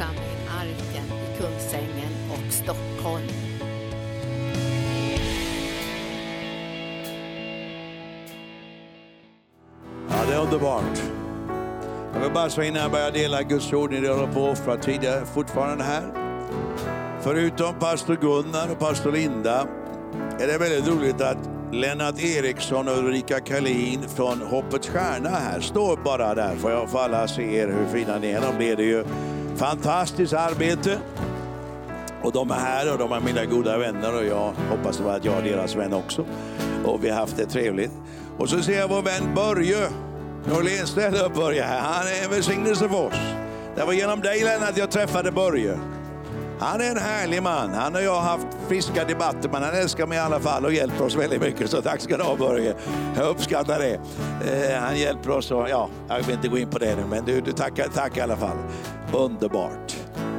församling Arken i Kungsängen och Stockholm. Ja, det är underbart. Jag vill bara så innan jag börjar dela Guds ord, ni håller på för att tid är fortfarande här. Förutom pastor Gunnar och pastor Linda är det väldigt roligt att Lennart Eriksson och Ulrika Kalin från Hoppets Stjärna här står bara där. För jag får alla se er hur fina ni är. De leder ju fantastiskt arbete. Och de är här och de är mina goda vänner och jag hoppas att jag är deras vän också. Och vi har haft det trevligt. Och så ser jag vår vän Börje. Norrlén ställer upp Börje här. Han är en välsignelse för oss. Det var genom dig Lennart jag träffade Börje. Han är en härlig man. Han och jag har haft friska debatter, men han älskar mig i alla fall och hjälper oss väldigt mycket. Så tack ska du ha Börje. Jag uppskattar det. Han hjälper oss och ja, jag vill inte gå in på det nu, men du tack i alla fall. Underbart.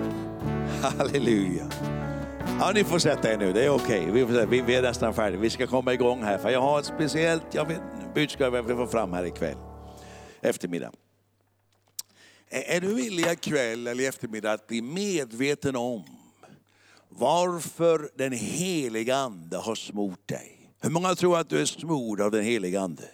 Halleluja. Ja, ni får sätta er nu, det är okej. Vi är nästan färdiga. Vi ska komma igång här, för jag har ett speciellt budskap jag vill få fram här ikväll. Eftermiddag. Är du villig ikväll eller eftermiddag att bli medveten om varför den heliga ande har smort dig? Hur många tror att du är smord av den heliga ande?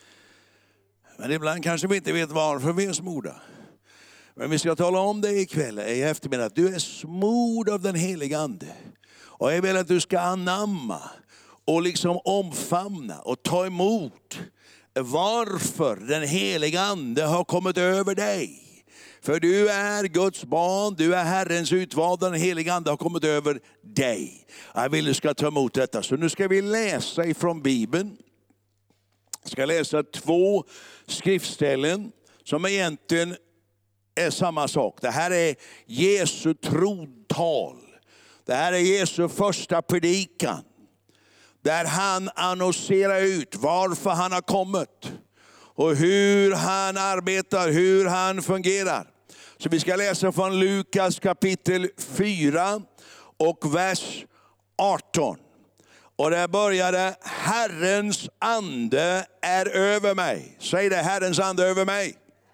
Men ibland kanske vi inte vet varför vi är smorda. Men vi ska tala om det ikväll, i eftermiddag, att du är smord av den heliga ande. Och jag vill att du ska anamma och liksom omfamna och ta emot varför den heliga ande har kommit över dig. För du är Guds barn, du är Herrens utvalda, den heliga ande har kommit över dig. Jag vill att du ska ta emot detta. Så nu ska vi läsa ifrån Bibeln. Jag ska läsa 2 skriftställen som egentligen är samma sak. Det här är Jesu trontal. Det här är Jesu första predikan. Där han annonserar ut varför han har kommit. Och hur han arbetar, hur han fungerar. Så vi ska läsa från Lukas kapitel 4 och vers 18. Och där började Herrens ande är över mig. Säg det, Herrens ande över mig.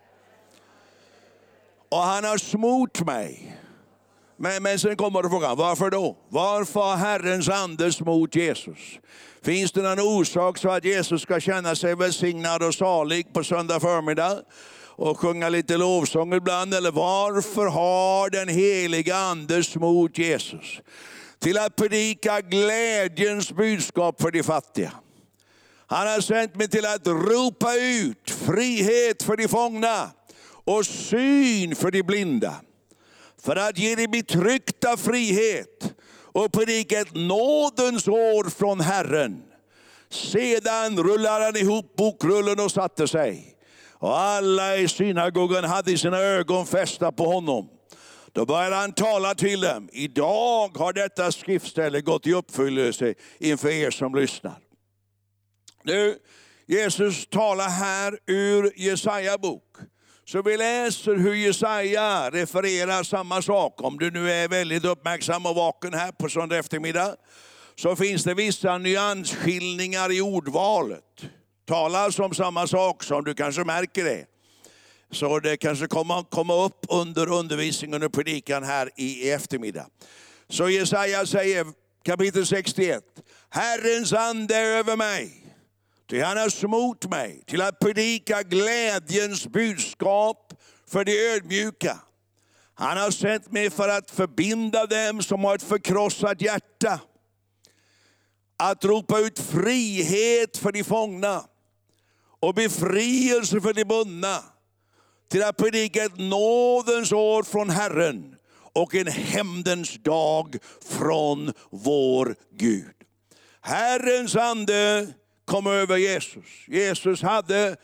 Och han har smort mig. Men sen kommer det frågan, varför då? Varför har Herrens ande smort Jesus? Finns det någon orsak så att Jesus ska känna sig välsignad och salig på söndag förmiddag? Och sjunga lite lovsång ibland? Eller varför har den heliga ande smort Jesus? Till att predika glädjens budskap för de fattiga. Han har sänt mig till att ropa ut frihet för de fångna och syn för de blinda. För att ge de betryckta frihet och predika ett nådens år från Herren. Sedan rullade han ihop bokrullen och satte sig. Och alla i synagogan hade sina ögon fästa på honom. Då började han tala till dem. Idag har detta skriftställe gått i uppfyllelse inför er som lyssnar. Nu, Jesus talar här ur Jesaja bok. Så vi läser hur Jesaja refererar samma sak. Om du nu är väldigt uppmärksam och vaken här på söndag eftermiddag, så finns det vissa nyansskillningar i ordvalet. Talas om samma sak, som du kanske märker det. Så det kanske kommer upp under undervisningen och predikan här i eftermiddag. Så Jesaja säger kapitel 61. Herrens ande är över mig. Ty han har smort mig till att predika glädjens budskap för de ödmjuka. Han har sänt mig för att förbinda dem som har ett förkrossat hjärta. Att ropa ut frihet för de fångna och befrielse för de bundna. Till att predika ett nådens år från Herren och en hämndens dag från vår Gud. Herrens ande kom över Jesus. Jesus hade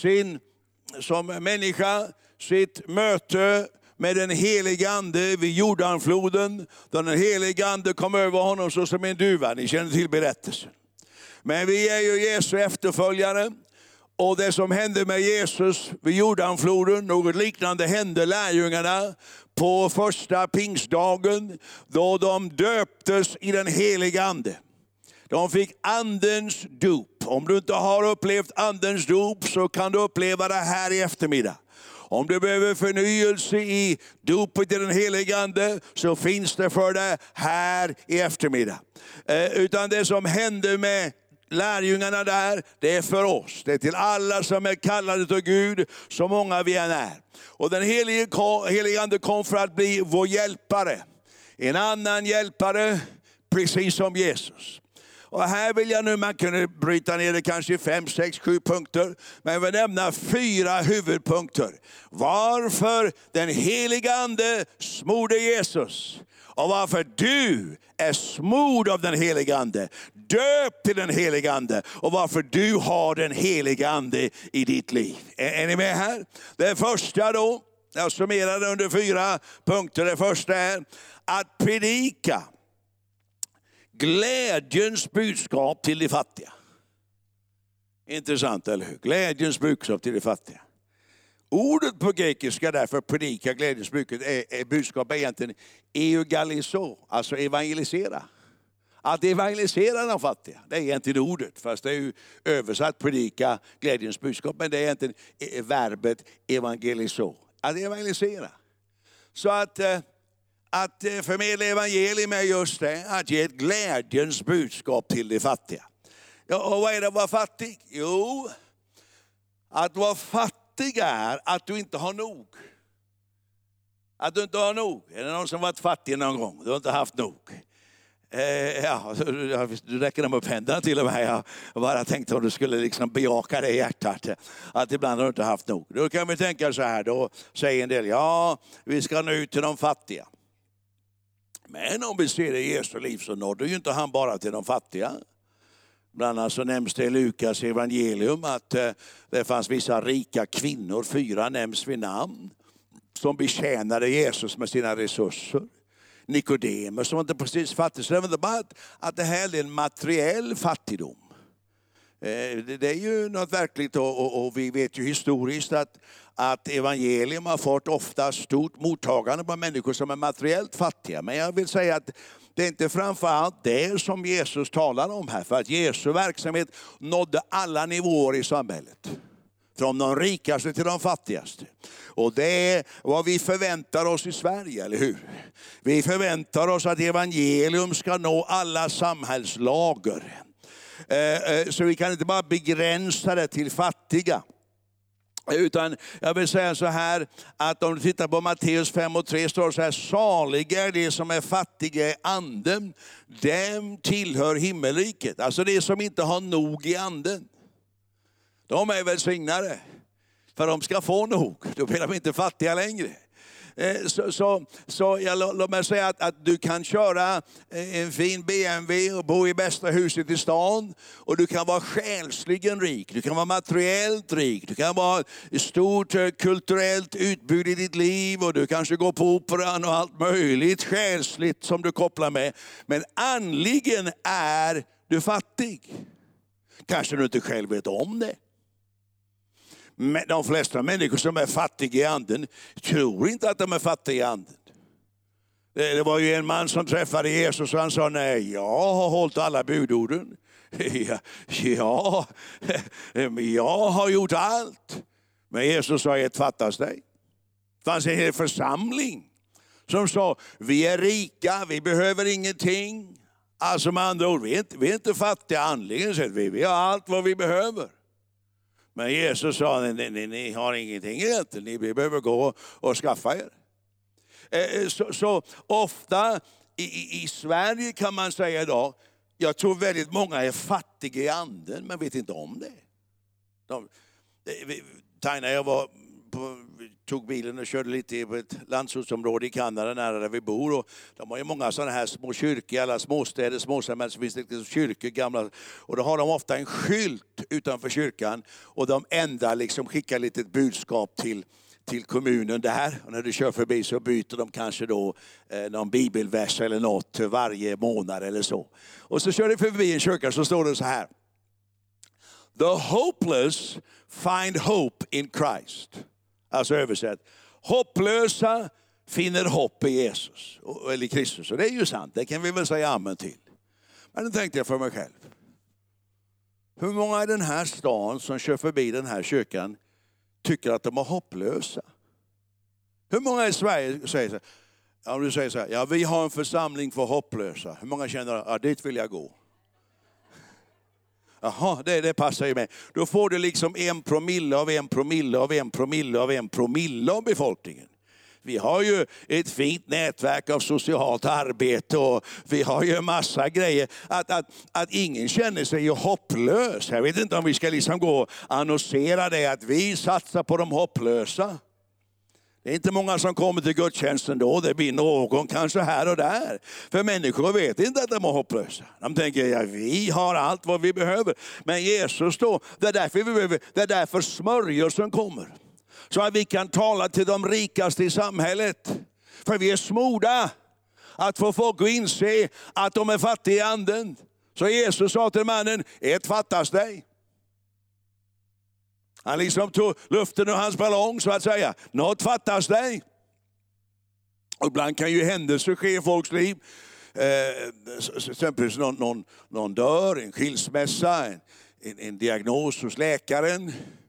som människa sitt möte med den heliga ande vid Jordanfloden. Då den heliga ande kom över honom så som en duva. Ni känner till berättelsen. Men vi är ju Jesu efterföljare. Och det som hände med Jesus vid Jordanfloden, något liknande hände lärjungarna på första pingstdagen. Då de döptes i den heliga ande. De fick andens dop. Om du inte har upplevt andens dop så kan du uppleva det här i eftermiddag. Om du behöver förnyelse i dopet i den helige Ande, så finns det för dig här i eftermiddag. Utan det som hände med lärjungarna där, det är för oss. Det är till alla som är kallade av Gud, så många vi än är. Och den helige Ande kom för att bli vår hjälpare. En annan hjälpare, precis som Jesus. Och här vill jag nu, man kunde bryta ner det kanske i 5, 6, 7 punkter. Men jag vill nämna 4 huvudpunkter. Varför den heliga Ande smorde Jesus. Och varför du är smord av den heliga Ande. Döpt till den heliga Ande. Och varför du har den heliga Ande i ditt liv. Är ni med här? Det första då, jag summerar det under 4 punkter. Det första är att predika glädjens budskap till de fattiga. Intressant, eller hur? Glädjens budskap till de fattiga. Ordet på grekiska därför predika glädjens budskap är egentligen euangelizo, alltså evangelisera. Att evangelisera de fattiga, det är egentligen ordet. Fast det är ju översatt predika glädjens budskap, men det är egentligen verbet evangelizo. Att evangelisera. Så att förmedla evangelium är just det, att ge ett glädjens budskap till de fattiga. Ja, och vad är det att vara fattig? Jo, att vara fattig är att du inte har nog. Att du inte har nog. Är det någon som varit fattig någon gång? Du har inte haft nog. Ja, du räcker dem upp händerna till och med. Jag bara tänkte om du skulle liksom bejaka det i hjärtat. Att ibland har du inte haft nog. Då kan vi tänka så här, då säger en del, ja, vi ska nå ut till de fattiga. Men om vi ser det i Jesu liv så nådde ju inte han bara till de fattiga. Bland annat så nämns det i Lukas evangelium att det fanns vissa rika kvinnor, 4 nämns vid namn, som betjänade Jesus med sina resurser. Nikodemus som inte precis fattig, så det var inte bara att det här är en materiell fattigdom. Det är ju något verkligt, och vi vet ju historiskt att evangelium har fått ofta stort mottagande på människor som är materiellt fattiga. Men jag vill säga att det är inte framförallt det som Jesus talar om här. För att Jesu verksamhet nådde alla nivåer i samhället. Från de rikaste till de fattigaste. Och det är vad vi förväntar oss i Sverige, eller hur? Vi förväntar oss att evangelium ska nå alla samhällslager. Så vi kan inte bara begränsa det till fattiga. Utan jag vill säga så här, att om du tittar på Matteus 5:3 står det så här: saliga är de som är fattiga i anden, dem tillhör himmelriket. Alltså det som inte har nog i anden. De är välsignade, för de ska få nog. Då blir de inte fattiga längre. Så låt mig säga att du kan köra en fin BMW och bo i bästa huset i stan. Och du kan vara själsligen rik, du kan vara materiellt rik, du kan vara stort kulturellt utbud i ditt liv. Och du kanske går på operan och allt möjligt själsligt som du kopplar med. Men andligen är du fattig. Kanske du inte själv vet om det. Men de flesta människor som är fattiga i anden tror inte att de är fattiga i anden. Det var ju en man som träffade Jesus och han sa: nej, jag har hållit alla budorden. Jag har gjort allt. Men Jesus sa: ett fattas dig. Det fanns en hel församling som sa: vi är rika, vi behöver ingenting. Alltså med andra ord, vi är inte fattiga andligen, så vi har allt vad vi behöver. Men Jesus sa: ni har ingenting egentligen, ni behöver gå och skaffa er. Så ofta i Sverige kan man säga idag, jag tror väldigt många är fattiga i anden men vet inte om det. Taina, jag tog bilen och körde lite på ett landsortsområde i Kanada nära där vi bor. Och de har ju många sådana här små kyrkor, alla småstäder, småsamhällen, så finns det kyrkor gamla. Och då har de ofta en skylt utanför kyrkan. Och de skickar lite budskap till kommunen där. Och när du kör förbi så byter de kanske då någon bibelvers eller något varje månad eller så. Och så kör de förbi en kyrka så står det så här: the hopeless find hope in Christ. Alltså översatt: hopplösa finner hopp i Jesus eller Kristus. Och det är ju sant, det kan vi väl säga amen till. Men då tänkte jag för mig själv: hur många i den här stan som kör förbi den här kyrkan tycker att de är hopplösa? Hur många i Sverige säger så här? Om du säger så här, ja vi har en församling för hopplösa. Hur många känner, ja dit vill jag gå? Jaha, det passar ju med. Då får du liksom 1% av 1% av 1% av 1% av befolkningen. Vi har ju ett fint nätverk av socialt arbete och vi har ju en massa grejer. Att ingen känner sig ju hopplös. Jag vet inte om vi ska liksom gå och annonsera det att vi satsar på de hopplösa. Det är inte många som kommer till gudstjänsten då. Det blir någon kanske här och där. För människor vet inte att de är hopplösa. De tänker, ja, vi har allt vad vi behöver. Men Jesus då, det är därför smörjelsen kommer. Så att vi kan tala till de rikaste i samhället. För vi är smorda att få folk att inse att de är fattiga i anden. Så Jesus sa till mannen, ett fattas dig. Han liksom tog luften ur hans ballong så att säga. Något fattas dig. Och ibland kan ju händelser ske i folks liv. Exempelvis någon dör, en skilsmässa, en diagnos hos läkaren.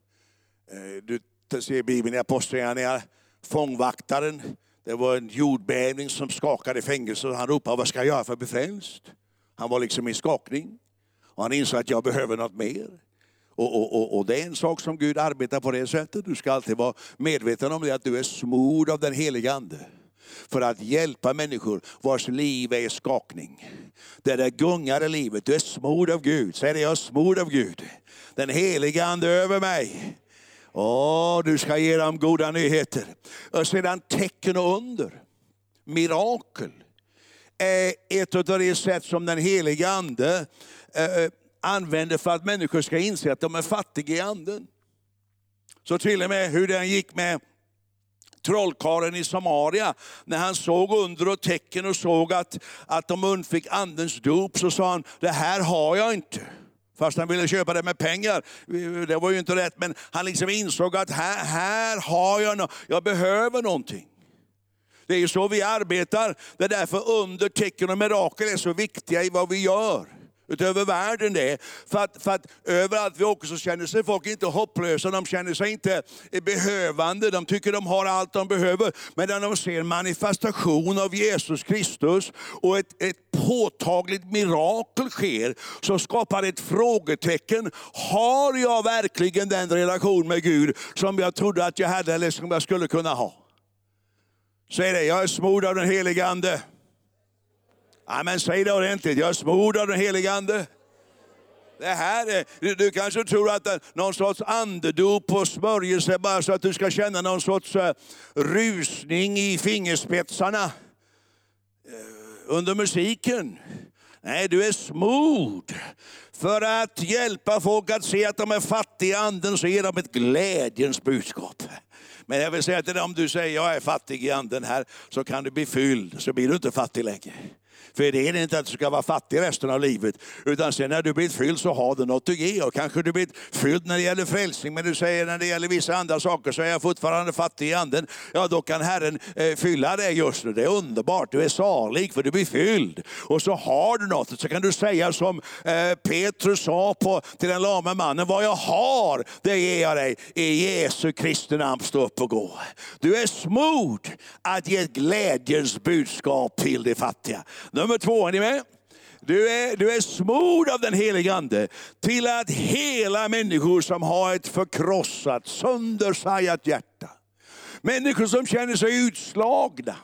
Du ser i Bibeln i Apostlagärningarna, fångvaktaren. Det var en jordbävning som skakade fängelset och han ropade, vad ska jag göra för att bli frälst? Han var liksom i skakning. Och han insåg att jag behöver något mer. Och det är en sak som Gud arbetar på det sättet. Du ska alltid vara medveten om det, att du är smord av den heliga ande. För att hjälpa människor vars liv är i skakning. Det gungar i livet. Du är smord av Gud. Säg det, jag är smord av Gud. Den heliga ande över mig. Du ska ge dem goda nyheter. Och sedan tecken och under. Mirakel är ett av de sätt som den heliga ande använder för att människor ska inse att de är fattiga i anden. Så till och med hur den gick med trollkaren i Samaria. När han såg under och tecken och såg att de undfick andens dop, så sa han, det här har jag inte. Fast han ville köpa det med pengar. Det var ju inte rätt, men han liksom insåg att här har jag jag behöver någonting. Det är ju så vi arbetar. Det är därför under, tecken och mirakel är så viktiga i vad vi gör. Utöver världen det. För att överallt vi åker så känner sig folk inte hopplösa. De känner sig inte behövande. De tycker de har allt de behöver. Men när de ser en manifestation av Jesus Kristus och ett påtagligt mirakel sker, så skapar det ett frågetecken. Har jag verkligen den relation med Gud som jag trodde att jag hade eller som jag skulle kunna ha? Säg det, jag är smord av den heliga ande. Ja, men säg det ordentligt, jag är smord av den heliga ande. Det här är, du kanske tror att någon sorts andedop och smörjelse bara så att du ska känna någon sorts rusning i fingerspetsarna under musiken. Nej, du är smord för att hjälpa folk att se att de är fattiga i anden, så ger de ett glädjens budskap. Men jag vill säga till dig, om du säger jag är fattig i anden här, så kan du bli fylld, så blir du inte fattig längre. För det är inte att du ska vara fattig resten av livet. Utan sen när du blir fylld så har du något att ge. Och kanske du blir fylld när det gäller frälsning. Men du säger när det gäller vissa andra saker så är jag fortfarande fattig i anden. Ja, då kan Herren fylla dig just nu. Det är underbart. Du är salig för du blir fylld. Och så har du något. Så kan du säga som Petrus sa till den lame mannen. Vad jag har, det ger jag dig. I Jesu Kristi namn, stå upp och gå. Du är smord att ge ett glädjens budskap till de fattiga. Nummer 2, är ni med? Du är smord av den heliga ande till att hela människor som har ett förkrossat, söndersajat hjärta. Människor som känner sig utslagna,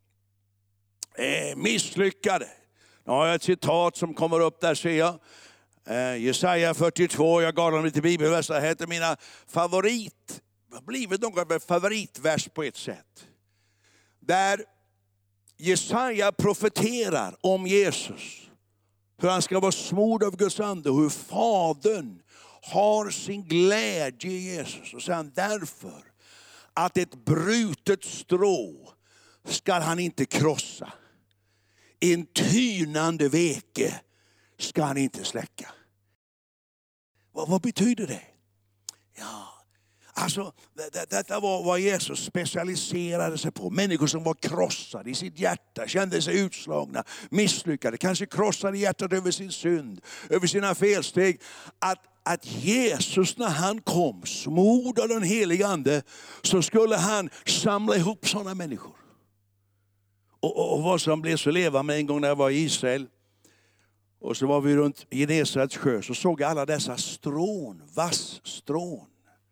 misslyckade. Nu har jag ett citat som kommer upp där, ser jag. Jesaja 42, jag gav dem lite bibelverser. Det heter mina blivit något av en favoritvers på ett sätt. Där Jesaja profeterar om Jesus. Hur han ska vara smord av Guds ande och hur Fadern har sin glädje i Jesus. Och sen därför att ett brutet strå ska han inte krossa. En tynande veke ska han inte släcka. Vad betyder det? Ja, Alltså, detta var vad Jesus specialiserade sig på. Människor som var krossade i sitt hjärta, kände sig utslagna, misslyckade, kanske krossade i hjärtat över sin synd, över sina felsteg. Att Jesus när han kom, smord av den helige ande, så skulle han samla ihop sådana människor. Och vad som blev så leva med en gång när jag var i Israel. Och så var vi runt Genesarets sjö, så såg jag alla dessa strån, vassstrån.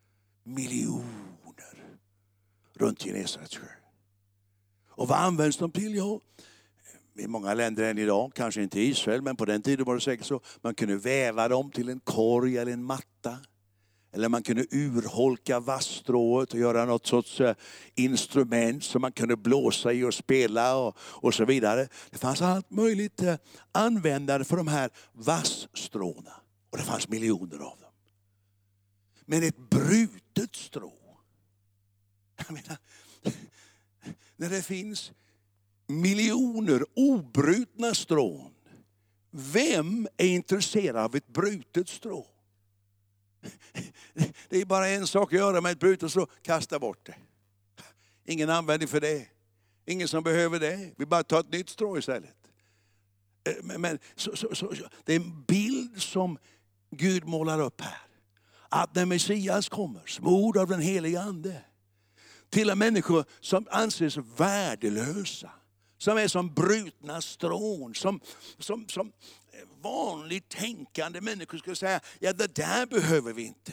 Miljoner runt Genesarets sjö. Och vad används de till? Ja, i många länder än idag, kanske inte i Israel, men på den tiden var det säkert så. Man kunde väva dem till en korg eller en matta. Eller man kunde urholka vassstrået och göra något sorts instrument som man kunde blåsa i och spela och så vidare. Det fanns allt möjligt användare för de här vassstråna. Och det fanns miljoner av dem. Men ett brutet strå. Jag menar, när det finns miljoner obrutna strån, vem är intresserad av ett brutet strå? Det är bara en sak att göra med ett brutet strå. Kasta bort det. Ingen användning för det. Ingen som behöver det. Vi bara tar ett nytt strå istället. Men det är en bild som Gud målar upp här. Att när Messias kommer, smord av den helige ande, till människor som anses värdelösa, som är som brutna strån, som vanligt tänkande människor skulle säga, ja, det där behöver vi inte.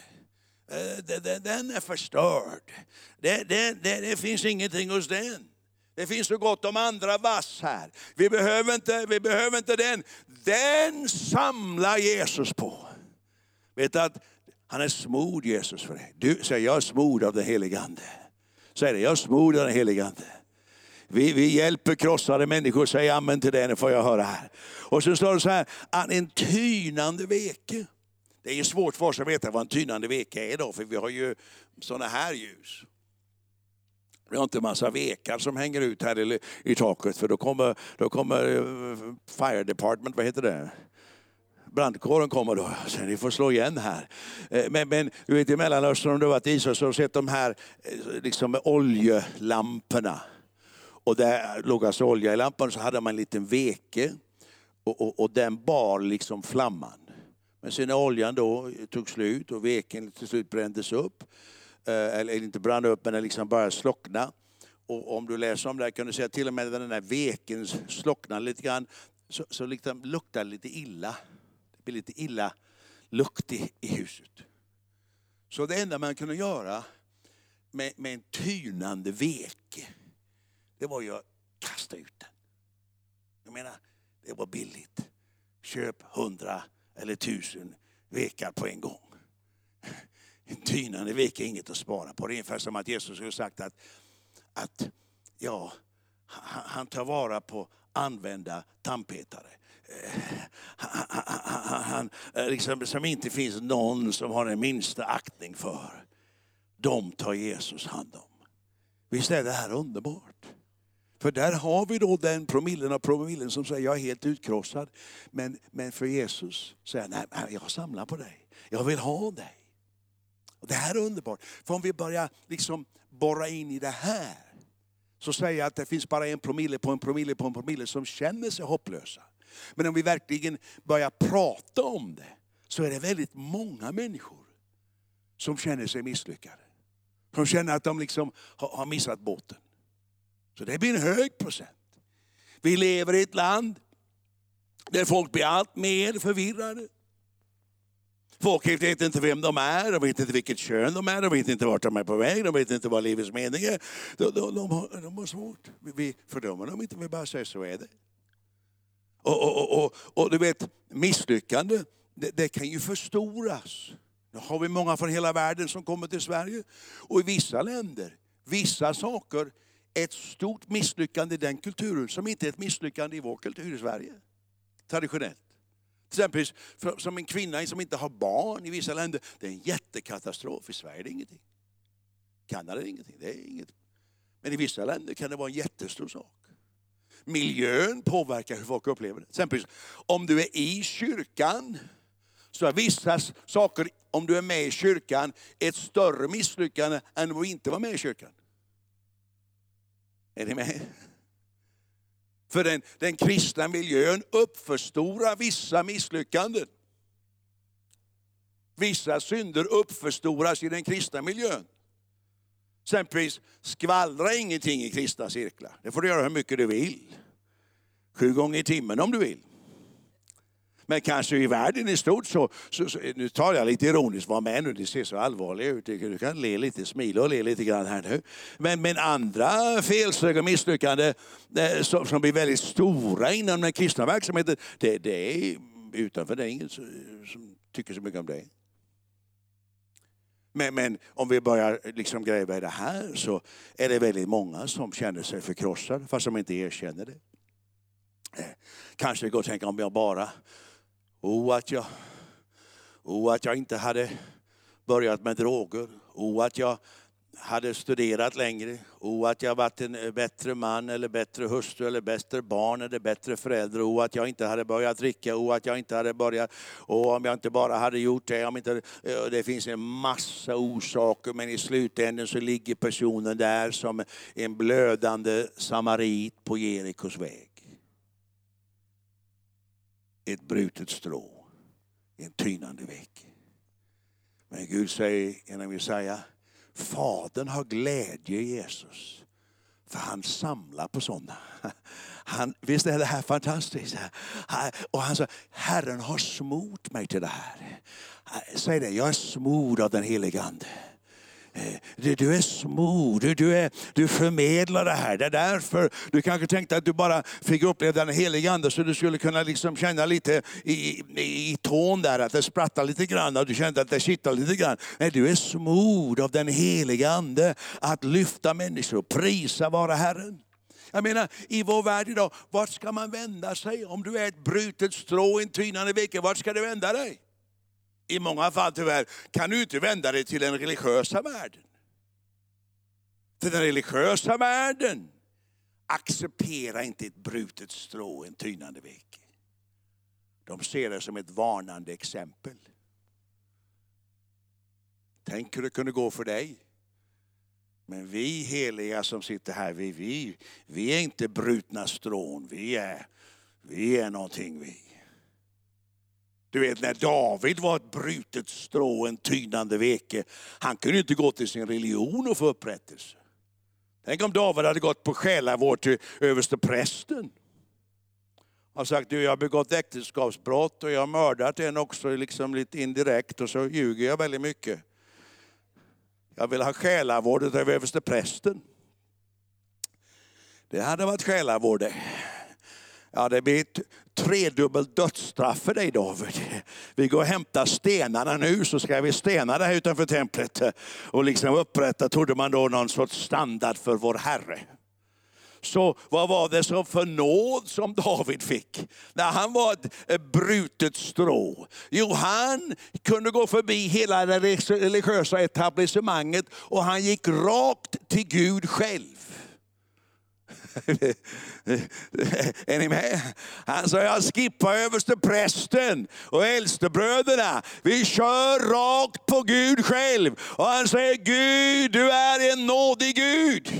Den är förstörd. Det finns ingenting hos den. Det finns så gott om andra vass här. Vi behöver inte den. Den samlar Jesus på. Vet du att han är smord, Jesus, för det. Du säger, jag är smord av den helige ande. Säg det, jag är smord av den helige ande. Vi hjälper krossade människor, säg amen till det, nu får jag höra här. Och så står det så här, att en tynande veke. Det är ju svårt för oss att veta vad en tynande veke är då, för vi har ju sådana här ljus. Vi har inte en massa vekar som hänger ut här i taket, för då kommer fire department, vad heter det? Brandkåren kommer då, så ni får slå igen här. Men du vet, i Mellanöstern, om du har varit i Israel, så har du sett de här liksom oljelamporna. Och där låg alltså olja i lampan, så hade man en liten veke och den bar liksom flamman. Men sen när oljan då tog slut och veken till slut brändes upp, eller inte brann upp men den liksom bara slockna. Och om du läser om det här kan du säga till och med när den här veken slocknar lite grann, så liksom luktar lite illa. Det blir lite illa lukt i huset. Så det enda man kunde göra med en tynande veke, det var ju att kasta ut den. Jag menar, det var billigt. Köp 100 eller 1000 vekar på en gång. En tynande veke är inget att spara på. Det är ungefär som att Jesus har sagt att ja, han tar vara på använda tandpetare. Han liksom, som inte finns någon som har den minsta aktning för. De tar Jesus hand om. Visst är det här underbart? För där har vi då den promillen som säger jag är helt utkrossad. Men för Jesus säger nej, jag samlar på dig. Jag vill ha dig. Och det här är underbart. För om vi börjar liksom borra in i det här, så säger jag att det finns bara en promille som känner sig hopplösa. Men om vi verkligen börjar prata om det, så är det väldigt många människor som känner sig misslyckade. Som känner att de liksom har missat båten. Så det blir en hög procent. Vi lever i ett land där folk blir allt mer förvirrade. Folk vet inte vem de är, de vet inte vilket kön de är, de vet inte vart de är på väg, de vet inte vad livets mening är. De har svårt. Vi fördömer dem inte, vi bara säger så är det. Och du vet, misslyckande, det kan ju förstoras. Nu har vi många från hela världen som kommer till Sverige. Och i vissa länder, vissa saker, ett stort misslyckande i den kulturen som inte är ett misslyckande i vår kultur i Sverige. Traditionellt. Till exempel som en kvinna som inte har barn i vissa länder. Det är en jättekatastrof. I Sverige är det ingenting. Kanada är ingenting. Det är inget. Men i vissa länder kan det vara en jättestor sak. Miljön påverkar hur folk upplever det. Till exempel om du är i kyrkan, så är vissa saker om du är med i kyrkan ett större misslyckande än att inte vara med i kyrkan. Är ni med? För den kristna miljön uppförstorar vissa misslyckanden. Vissa synder uppförstoras i den kristna miljön. Exempelvis skvallra ingenting i kristna cirklar. Det får du göra hur mycket du vill. 7 gånger i timmen om du vill. Men kanske i världen i stort så nu tar jag lite ironiskt, var med nu, det ser så allvarligt ut. Du kan le lite, smila och le lite grann här nu. Men andra felsteg och misslyckanden som blir väldigt stora inom den kristna verksamheten, det är utanför, det är ingen som tycker så mycket om det. Men om vi börjar liksom gräva i det här så är det väldigt många som känner sig förkrossade fast de inte erkänner det. Kanske går att tänka om jag bara att jag inte hade börjat med droger. Att jag hade studerat längre. Att jag varit en bättre man eller bättre hustru eller bättre barn eller bättre förälder. Att jag inte hade börjat dricka. Att jag inte hade börjat. Om jag inte bara hade gjort det. Om inte, det finns en massa orsaker, men i slutändan så ligger personen där som en blödande samarit på Jerikos väg. Ett brutet strå, en tynande vägg. Men Gud säger genom Jesaja, Fadern har glädje i Jesus. För han samlar på sådana. Visst är det här fantastiskt? Och han sa, Herren har smort mig till det här. Säg det, jag är smord av den helige Ande. Du är smord, du förmedlar det här. Det är därför du kanske tänkte att du bara fick uppleva den heliga Ande så du skulle kunna liksom känna lite i tån där, att det sprattade lite grann och du kände att det kittlade lite grann. Nej, du är smord av den heliga Ande att lyfta människor och prisa vara Herren. Jag menar, i vår värld idag, vart ska man vända sig? Om du är ett brutet strå i en tynande vecka, vart ska du vända dig? I många fall tyvärr kan du inte vända dig till den religiösa världen. För den religiösa världen accepterar inte ett brutet strå, en tynande vägg. De ser det som ett varnande exempel. Tänk hur det kunde gå för dig. Men vi heliga som sitter här, vi är inte brutna strån. Vi är någonting vi. Du vet, när David var ett brutet strå, en tynande veke, han kunde inte gå till sin religion och få upprättelse. Tänk om David hade gått på själavård till överste prästen. Han sagt, jag har begått äktenskapsbrott och jag har mördat en också liksom lite indirekt och så ljuger jag väldigt mycket. Jag vill ha själavård av överste prästen. Det hade varit själavård det. Ja, det blir ett tredubbelt dödsstraff för dig, David. Vi går och hämtar stenarna nu, så ska vi stena det här utanför templet. Och liksom upprätta, trodde man då, någon sorts standard för vår Herre. Så vad var det så för nåd som David fick när han var ett brutet strå? Jo, han kunde gå förbi hela det religiösa etablissemanget och han gick rakt till Gud själv. Är ni med? Han sa, jag skippar överste prästen och äldstebröderna. Vi kör rakt på Gud själv. Och han säger, Gud, du är en nådig Gud.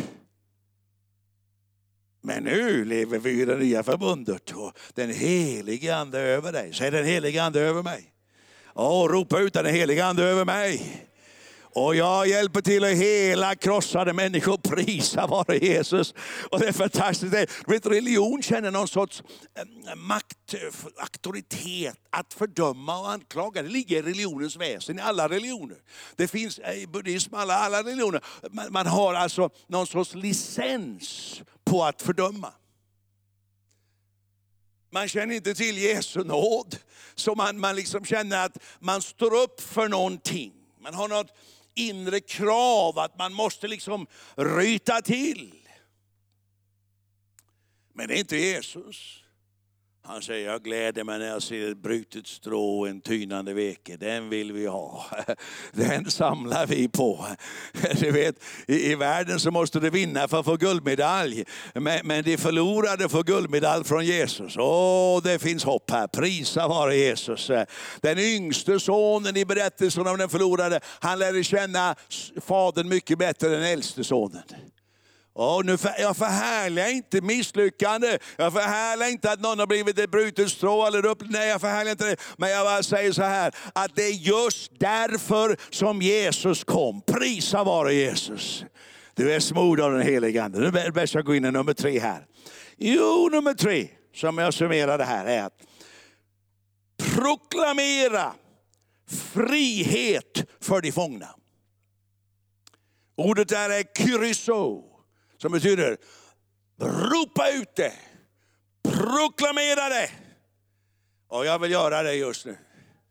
Men nu lever vi i det nya förbundet och den helige Ande över dig. Säg, den helige Ande över mig. Ropa ut, den helige Ande över mig. Och jag hjälper till att hela krossade människor, prisa vare Jesus. Och det är fantastiskt. Religion känner någon sorts makt, auktoritet att fördöma och anklaga. Det ligger i religionens väsen i alla religioner. Det finns i buddhism, alla religioner. Man har alltså någon sorts licens på att fördöma. Man känner inte till Jesu nåd. Så man liksom känner att man står upp för någonting. Man har något inre krav att man måste liksom ryta till. Men det är inte Jesus. Han säger, jag gläder mig när jag ser ett brutet strå och en tynande veke. Den vill vi ha. Den samlar vi på. Du vet, i världen så måste du vinna för att få guldmedalj. Men de förlorade får guldmedalj från Jesus. Det finns hopp här. Prisa vare Jesus. Den yngste sonen i berättelsen om den förlorade, han lärde känna fadern mycket bättre än den äldste sonen. Jag förhärligar inte misslyckande. Jag förhärligar inte att någon har blivit ett brutet strå eller upp. Nej, jag förhärligar inte det. Men jag bara säger så här, att det är just därför som Jesus kom. Prisa vare Jesus. Du är smord av den helige Ande. Nu är det bäst att gå in i nummer 3 här. Nummer 3 som jag summerar det här är att proklamera frihet för de fångna. Ordet där är kyriso. Som betyder ropa ut det. Proklamera det. Och jag vill göra det just nu.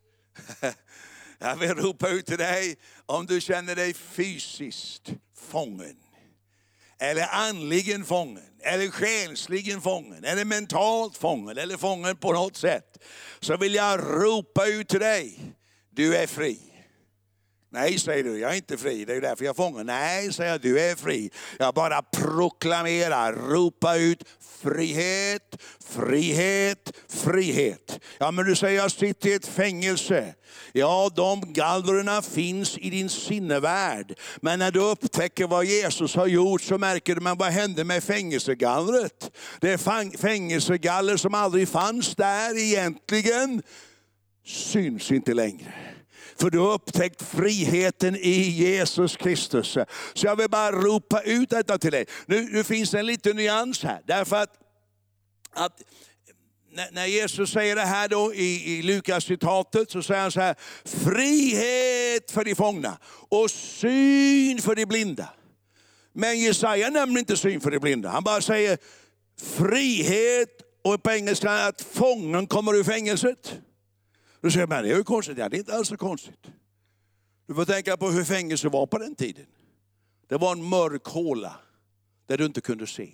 Jag vill ropa ut till dig om du känner dig fysiskt fången. Eller andligen fången. Eller själsligen fången. Eller mentalt fången. Eller fången på något sätt. Så vill jag ropa ut till dig. Du är fri. Nej, säger du, jag är inte fri, det är därför jag fångar. Nej, säger jag, du är fri. Jag bara proklamerar, ropa ut frihet, frihet, frihet. Ja, men du säger, jag sitter i ett fängelse. Ja, de gallrarna finns i din sinnevärld. Men när du upptäcker vad Jesus har gjort så märker du, men vad hände med fängelsegallret? Det är fängelsegaller som aldrig fanns där egentligen. Syns inte längre. För du har upptäckt friheten i Jesus Kristus. Så jag vill bara ropa ut detta till dig. Nu finns en liten nyans här. Därför att när Jesus säger det här då i Lukas citatet så säger han så här. Frihet för de fångna och syn för de blinda. Men Jesaja nämner inte syn för de blinda. Han bara säger frihet och på engelska att fången kommer ur fängelset. Du säger, men det är ju konstigt. Ja, det är inte alls så konstigt. Du får tänka på hur fängelse var på den tiden. Det var en mörk håla där du inte kunde se.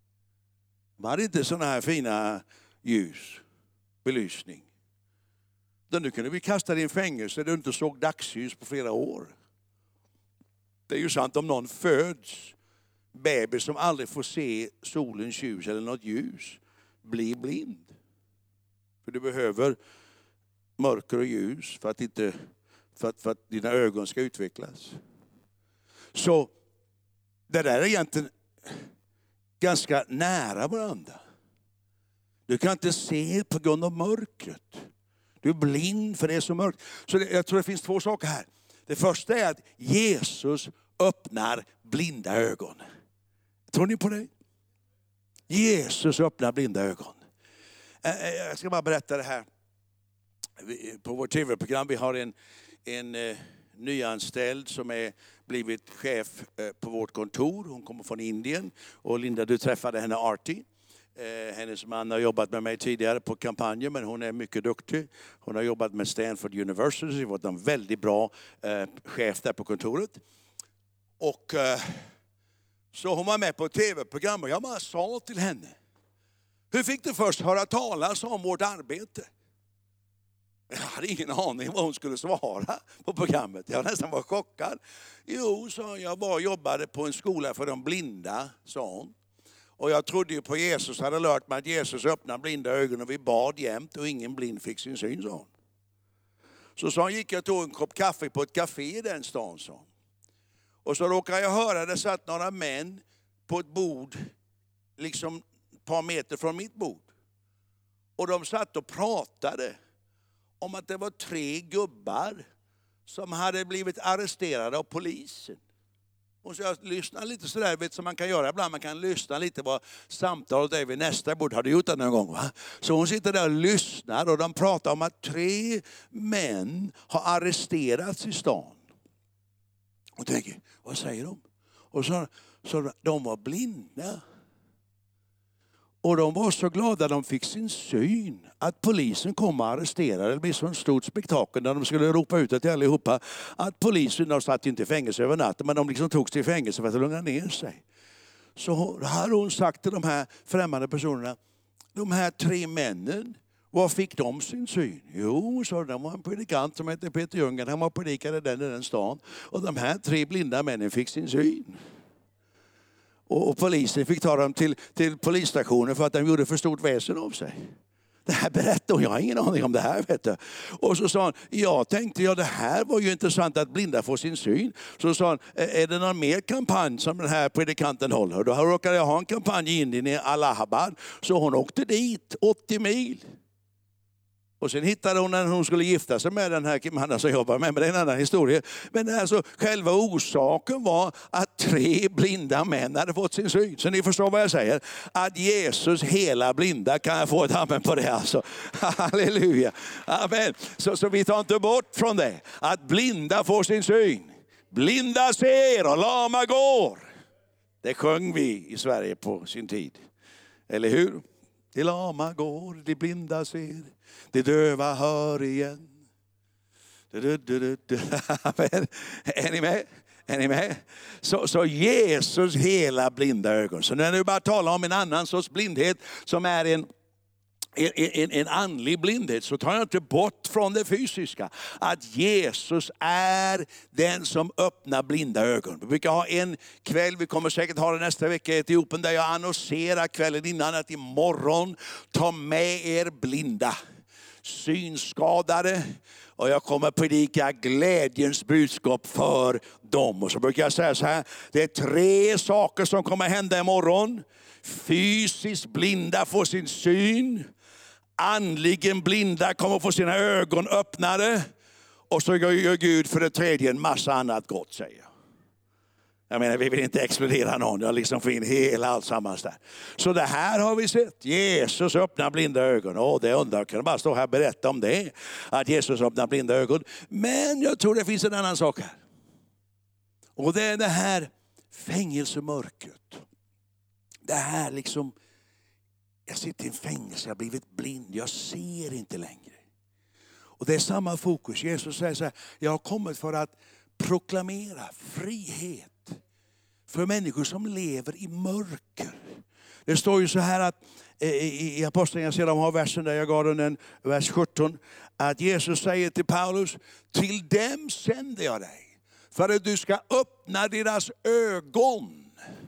Man hade inte sådana här fina ljus, belysning. Du kunde bli kastad i en fängelse där du inte såg dagsljus på flera år. Det är ju sant om någon föds, bebis som aldrig får se solens ljus eller något ljus, blir blind. För du behöver mörker och ljus för att dina ögon ska utvecklas. Så det där är egentligen ganska nära varandra. Du kan inte se på grund av mörkret. Du är blind för det är så mörkt. Så jag tror det finns 2 saker här. Det första är att Jesus öppnar blinda ögon. Tror ni på det? Jesus öppnar blinda ögon. Jag ska bara berätta det här. På vårt tv-program vi har en nyanställd som är blivit chef på vårt kontor. Hon kommer från Indien. Och Linda, du träffade henne, Arti. Hennes man har jobbat med mig tidigare på kampanjen, men hon är mycket duktig. Hon har jobbat med Stanford University, varit en väldigt bra chef där på kontoret. Och så hon var med på ett tv-program och jag bara sa till henne, hur fick du först höra talas om vårt arbete? Jag hade ingen aning vad hon skulle svara på programmet. Jag nästan var chockad. Jo, sa jag jobbade på en skola för de blinda, sa hon. Och jag trodde ju på Jesus, hade lärt mig att Jesus öppnade blinda ögon och vi bad jämt och ingen blind fick sin syn, sa hon. Så sa hon, gick jag och tog en kopp kaffe på ett café i den stan, sa hon. Och så råkade jag höra det satt några män på ett bord, liksom ett par meter från mitt bord. Och de satt och pratade om att det var 3 gubbar som hade blivit arresterade av polisen. Och så jag lyssnade lite sådär, vet som man kan göra ibland. Man kan lyssna lite på samtalet är vid nästa bord. Har du gjort det någon gång, va? Så hon sitter där och lyssnar och de pratar om att 3 män har arresterats i stan. Och tänker, vad säger de? Och så de var blinda. Och de var så glada de fick sin syn. Att polisen kom och arresterade. Det blev så en stort spektakel när de skulle ropa ut till allihopa. Att polisen, de satt inte i fängelse över natten. Men de liksom togs till fängelse för att lugna ner sig. Så hade hon sagt till de här främmande personerna. de här 3 männen, var fick de sin syn? Jo, så det var en predikant som hette Peter Ljunggren. Han var predikade den stan. Och de här 3 blinda männen fick sin syn. Och polisen fick ta dem till polisstationen för att de gjorde för stort väsen av sig. Det här berättade hon, jag har ingen aning om det här. Vet du. Och så sa han, jag tänkte, det här var ju intressant att blinda får sin syn. Så sa han, är det någon mer kampanj som den här predikanten håller? Då råkade jag ha en kampanj i Indien, i Allahabad. Så hon åkte dit, 80 mil. Och sen hittade hon när hon skulle gifta sig med den här mannen som jobbar med, men det är en annan historia. Men alltså, själva orsaken var att 3 blinda män hade fått sin syn. Så ni förstår vad jag säger. Att Jesus hela blinda, kan jag få ett amen på det alltså. Halleluja. Amen. Så vi tar inte bort från det. Att blinda får sin syn. Blinda ser och lama går. Det sjöng vi i Sverige på sin tid. Eller hur? De lama går, de blinda ser, de döva hör igen. Är ni med? Är ni med? Så Jesus hela blinda ögon. Så när du bara talar om en annan sorts blindhet som är en andlig blindhet, så tar jag inte bort från det fysiska. Att Jesus är den som öppnar blinda ögon. Vi brukar ha en kväll, vi kommer säkert ha det nästa vecka i Etiopien, där jag annonserar kvällen innan att imorgon ta med er blinda, synskadade, och jag kommer predika glädjens budskap för dem. Och så brukar jag säga så här, det är 3 saker som kommer hända imorgon. Fysiskt blinda får sin syn. Andligen blinda kommer få sina ögon öppnade. Och så gör Gud för det 3:e en massa annat gott, säger jag. menar, vi vill inte exkludera någon. Jag liksom får in hela alltsammans där. Så det här har vi sett. Jesus öppnar blinda ögon. Det är underbart. Jag kan bara stå här och berätta om det. Att Jesus öppnar blinda ögon. Men jag tror det finns en annan sak här. Och det är det här fängelsemörkret. Det här liksom, jag sitter i en fängelse, jag har blivit blind, jag ser inte längre. Och det är samma fokus. Jesus säger så här, jag har kommit för att proklamera frihet för människor som lever i mörker. Det står ju så här att i Apostlagärningarna, sedan de har versen där jag gav den, vers 17, att Jesus säger till Paulus, till dem sänder jag dig för att du ska öppna deras ögon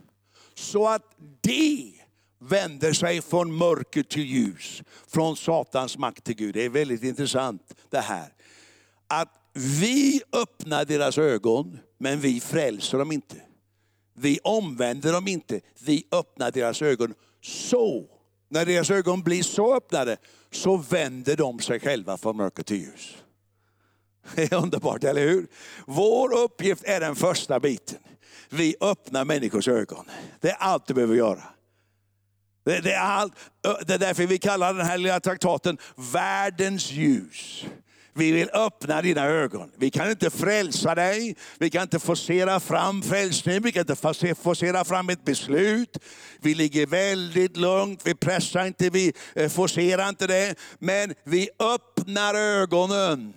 så att de vänder sig från mörker till ljus, från Satans makt till Gud. Det är väldigt intressant det här. Att vi öppnar deras ögon, men vi frälser dem inte. Vi omvänder dem inte, vi öppnar deras ögon. Så, när deras ögon blir så öppnade, så vänder de sig själva från mörker till ljus. Det är underbart, eller hur? Vår uppgift är den första biten. Vi öppnar människors ögon. Det är allt du behöver göra. Det är allt. Det är därför vi kallar den här lilla traktaten världens ljus. Vi vill öppna dina ögon. Vi kan inte frälsa dig. Vi kan inte forcera fram frälsning. Vi kan inte forcera fram ett beslut. Vi ligger väldigt lugnt. Vi pressar inte. Vi forcerar inte det. Men vi öppnar ögonen.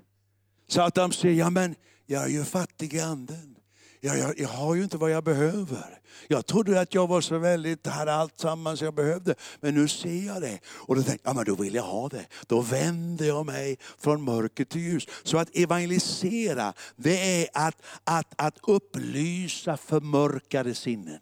Så att de säger, ja men jag är ju fattig i anden. Jag har ju inte vad jag behöver. Jag trodde att jag var så väldigt, hade allt sammans jag behövde. Men nu ser jag det. Och då tänkte jag, ja men då vill jag ha det. Då vänder jag mig från mörker till ljus. Så att evangelisera, det är att upplysa förmörkade sinnen.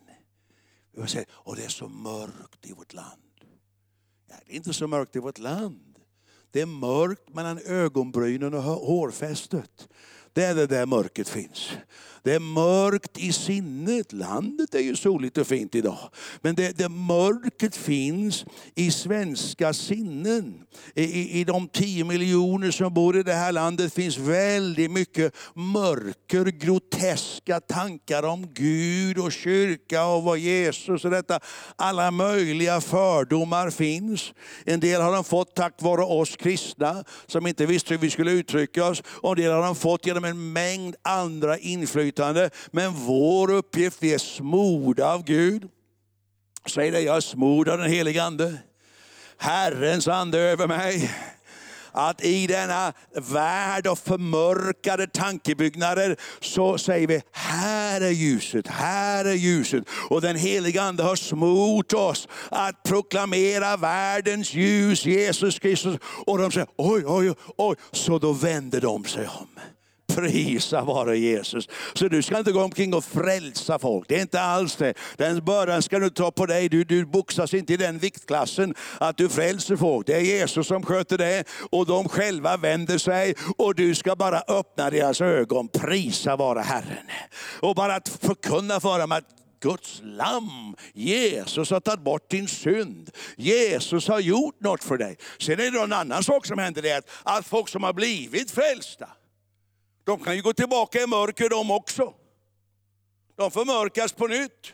Och det är så mörkt i vårt land. Ja, det är inte så mörkt i vårt land. Det är mörkt mellan ögonbrynen och hårfästet. Det är det där mörkret finns. Det är mörkt i sinnet. Landet är ju soligt och fint idag. Men det mörkret finns i svenska sinnen. I de 10 miljoner som bor i det här landet finns väldigt mycket mörker, groteska tankar om Gud och kyrka och vad Jesus och detta. Alla möjliga fördomar finns. En del har de fått tack vare oss kristna som inte visste hur vi skulle uttrycka oss. Och en del har de fått genom en mängd andra inflytande. Men vår uppgift, vi är smorda av Gud. Säg det, jag är smord av den helige ande. Herrens ande över mig. att i denna värld av förmörkade tankebyggnader så säger vi, här är ljuset, här är ljuset. Och den heliga ande har smort oss att proklamera världens ljus, Jesus Kristus. Och de säger, oj, oj, oj. Så då vänder de sig om. Prisa vare Jesus. Så du ska inte gå omkring och frälsa folk. Det är inte alls det. Den bördan ska du ta på dig. Du boxas inte i den viktklassen att du frälser folk. Det är Jesus som sköter det. Och de själva vänder sig. Och du ska bara öppna deras ögon. Prisa vare Herren. Och bara att förkunna för dem att Guds lamm, Jesus har tagit bort din synd. Jesus har gjort något för dig. Sen är det en annan sak som händer, det att folk som har blivit frälsta, de kan ju gå tillbaka i mörker de också. De förmörkas på nytt.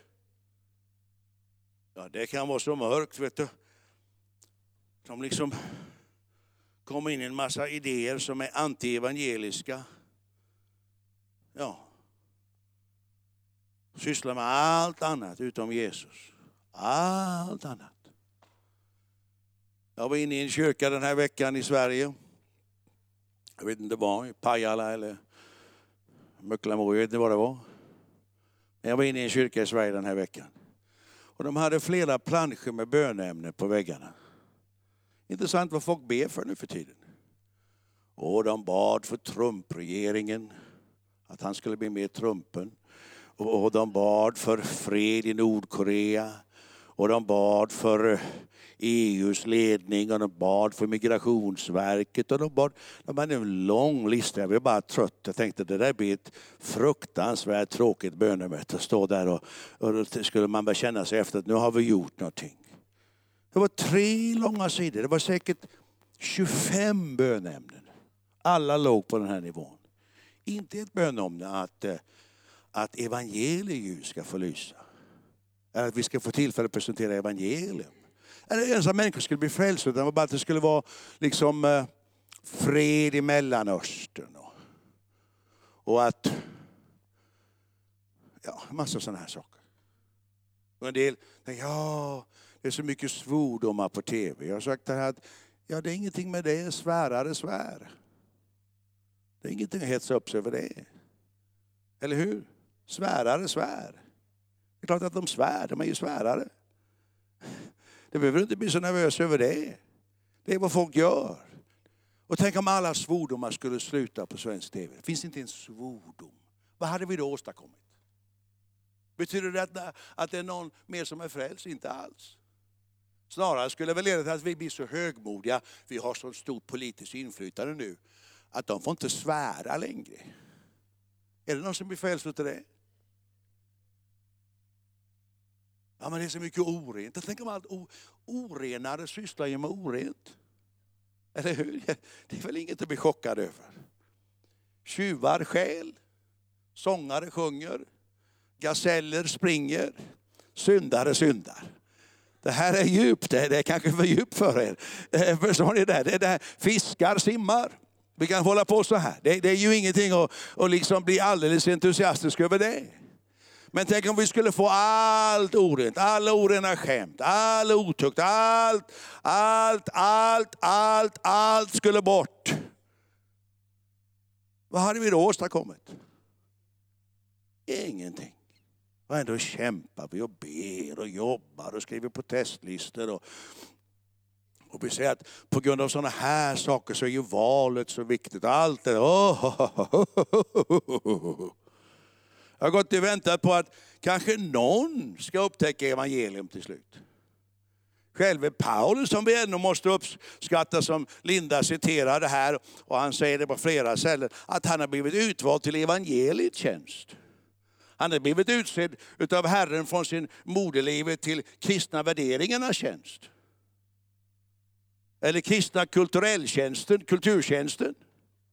Ja, det kan vara så mörkt, vet du. De liksom kommer in i en massa idéer som är anti-evangeliska. Ja. Sysslar med allt annat utom Jesus. Allt annat. Jag var inne i en kyrka den här veckan i Sverige. Jag vet inte var, i Pajala eller Möcklamo, jag vet inte vad det var. Men jag var inne i en kyrka i Sverige den här veckan. Och de hade flera planscher med böneämnen på väggarna. Intressant vad folk ber för nu för tiden. Och de bad för Trump-regeringen, att han skulle bli med Trumpen. Och de bad för fred i Nordkorea. Och de bad för EUs ledning. Och de bad för Migrationsverket. Och de hade en lång lista. Jag blev bara trött. Jag tänkte det där blir ett fruktansvärt tråkigt bönemöte. Att stå där och då skulle man bara känna sig efter att nu har vi gjort någonting. Det var 3 långa sidor. Det var säkert 25 bönämnen. Alla låg på den här nivån. Inte ett bönämne att evangeliet ska få lysa. Eller att vi ska få tillfälle att presentera evangelium. Eller ens att människor skulle bli frälsta. Utan bara att det skulle vara liksom fred i Mellanöstern. Och att, ja, en massa sådana här saker. Och en del tänker, ja, det är så mycket svordomar på tv. Jag har sagt det här att, ja, det är ingenting med det. Svärare svär. Det är ingenting att hetsa upp sig över det. Eller hur? Svärare svär. Det är klart att de svär, de är ju svärare. Det behöver inte bli så nervös över det. Det är vad folk gör. Och tänk om alla svordomar skulle sluta på svensk tv. Det finns inte en svordom. Vad hade vi då åstadkommit? Betyder det att det är någon mer som är frälst? Inte alls. Snarare skulle det väl leda till att vi blir så högmodiga, vi har så stort politiskt inflytande nu, att de får inte svära längre. Är det någon som blir frälst utav det? Ja, men det är så mycket orent. Jag tänker om allt orenare sysslar ju med orent. Eller hur? Det är väl inget att bli chockad över. Tjuvar stjäl, sångare sjunger, gaseller springer, syndare syndar. Det här är djupt, det är kanske för djupt för er. Förstår ni det? Det är där fiskar simmar. Vi kan hålla på så här. Det är ju ingenting att liksom bli alldeles entusiastisk över det. Men tänk om vi skulle få allt orent, alla orena skämt, all otukt, allt skulle bort. Vad hade vi då åstadkommit? Ingenting. Och ändå kämpar vi och ber och jobbar och skriver protestlistor och vi säger att på grund av sådana här saker så är ju valet så viktigt. Allt det. Jag har gått och väntat på att kanske någon ska upptäcka evangelium till slut. Själve Paulus, som vi ändå måste uppskatta, som Linda citerade här, och han säger det på flera ställen, att han har blivit utvald till evangeliets tjänst. Han har blivit utsedd utav Herren från sin moderlivet till kristna värderingarnas tjänst. Eller kristna kulturtjänsten.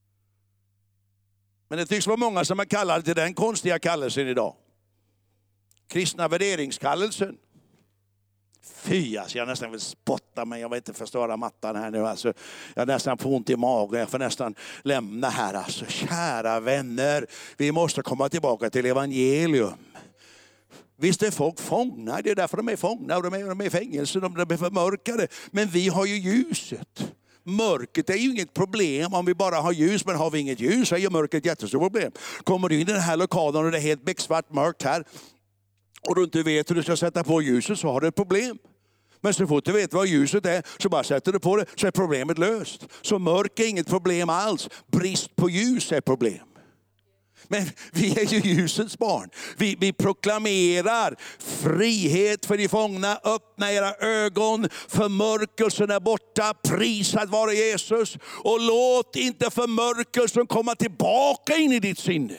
Men det tycks vara många som är kallade till den konstiga kallelsen idag. Kristna värderingskallelsen. Fy, alltså jag nästan vill spotta, men jag vill inte förstöra mattan här nu. Alltså, jag nästan får ont i magen, jag får nästan lämna här. Alltså, kära vänner, vi måste komma tillbaka till evangelium. Visst är folk fångna, det är därför de är fångna och de är i fängelse, de är förmörkade. Men vi har ju ljuset. mörkret är ju inget problem om vi bara har ljus, men har vi inget ljus så är ju mörkret ett jättestort problem. Kommer du in i den här lokalen och det är helt becksvart mörkt här och du inte vet hur du ska sätta på ljuset, så har du ett problem. Men så fort du vet vad ljuset är så bara sätter du på det, så är problemet löst. Så mörk är inget problem alls. Brist på ljus är problem. Men vi är ju ljusets barn. Vi proklamerar frihet för de fångna. Öppna era ögon. Förmörkelsen är borta. Prisad vare Jesus. Och låt inte förmörkelsen komma tillbaka in i ditt sinne.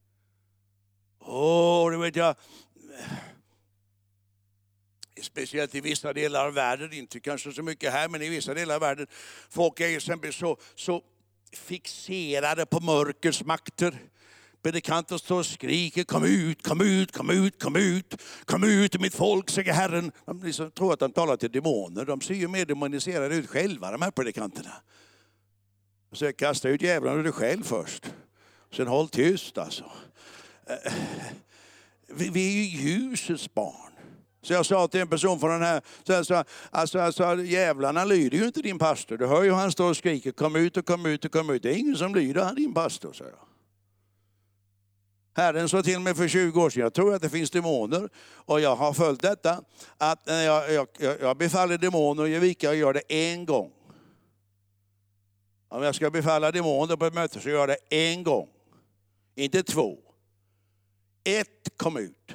Det vet jag. Speciellt i vissa delar av världen, inte kanske så mycket här, men i vissa delar av världen. Folk är exempel så fixerade på mörkers makter. Predikanter står och skriker, kom ut, kom ut, kom ut, kom ut. Kom ut mitt folk, säger Herren. De liksom tror att de talar till demoner. De ser ju mer demoniserade ut själva, de här predikanterna. Så kasta ut djävulen ur dig själv först. Sen håll tyst alltså. Vi är ju ljusets barn. Så jag sa till en person från den här, alltså jävlarna lyder ju inte din pastor. Du hör ju han står och skriker, kom ut och kom ut och kom ut. Det är ingen som lyder din pastor, sa jag. Herren sa till mig för 20 år sedan, jag tror att det finns demoner. Och jag har följt detta, att när jag befaller demoner och jag gör det en gång. Om jag ska befalla demoner på ett möte så gör jag det en gång. Inte 2. 1 kom ut.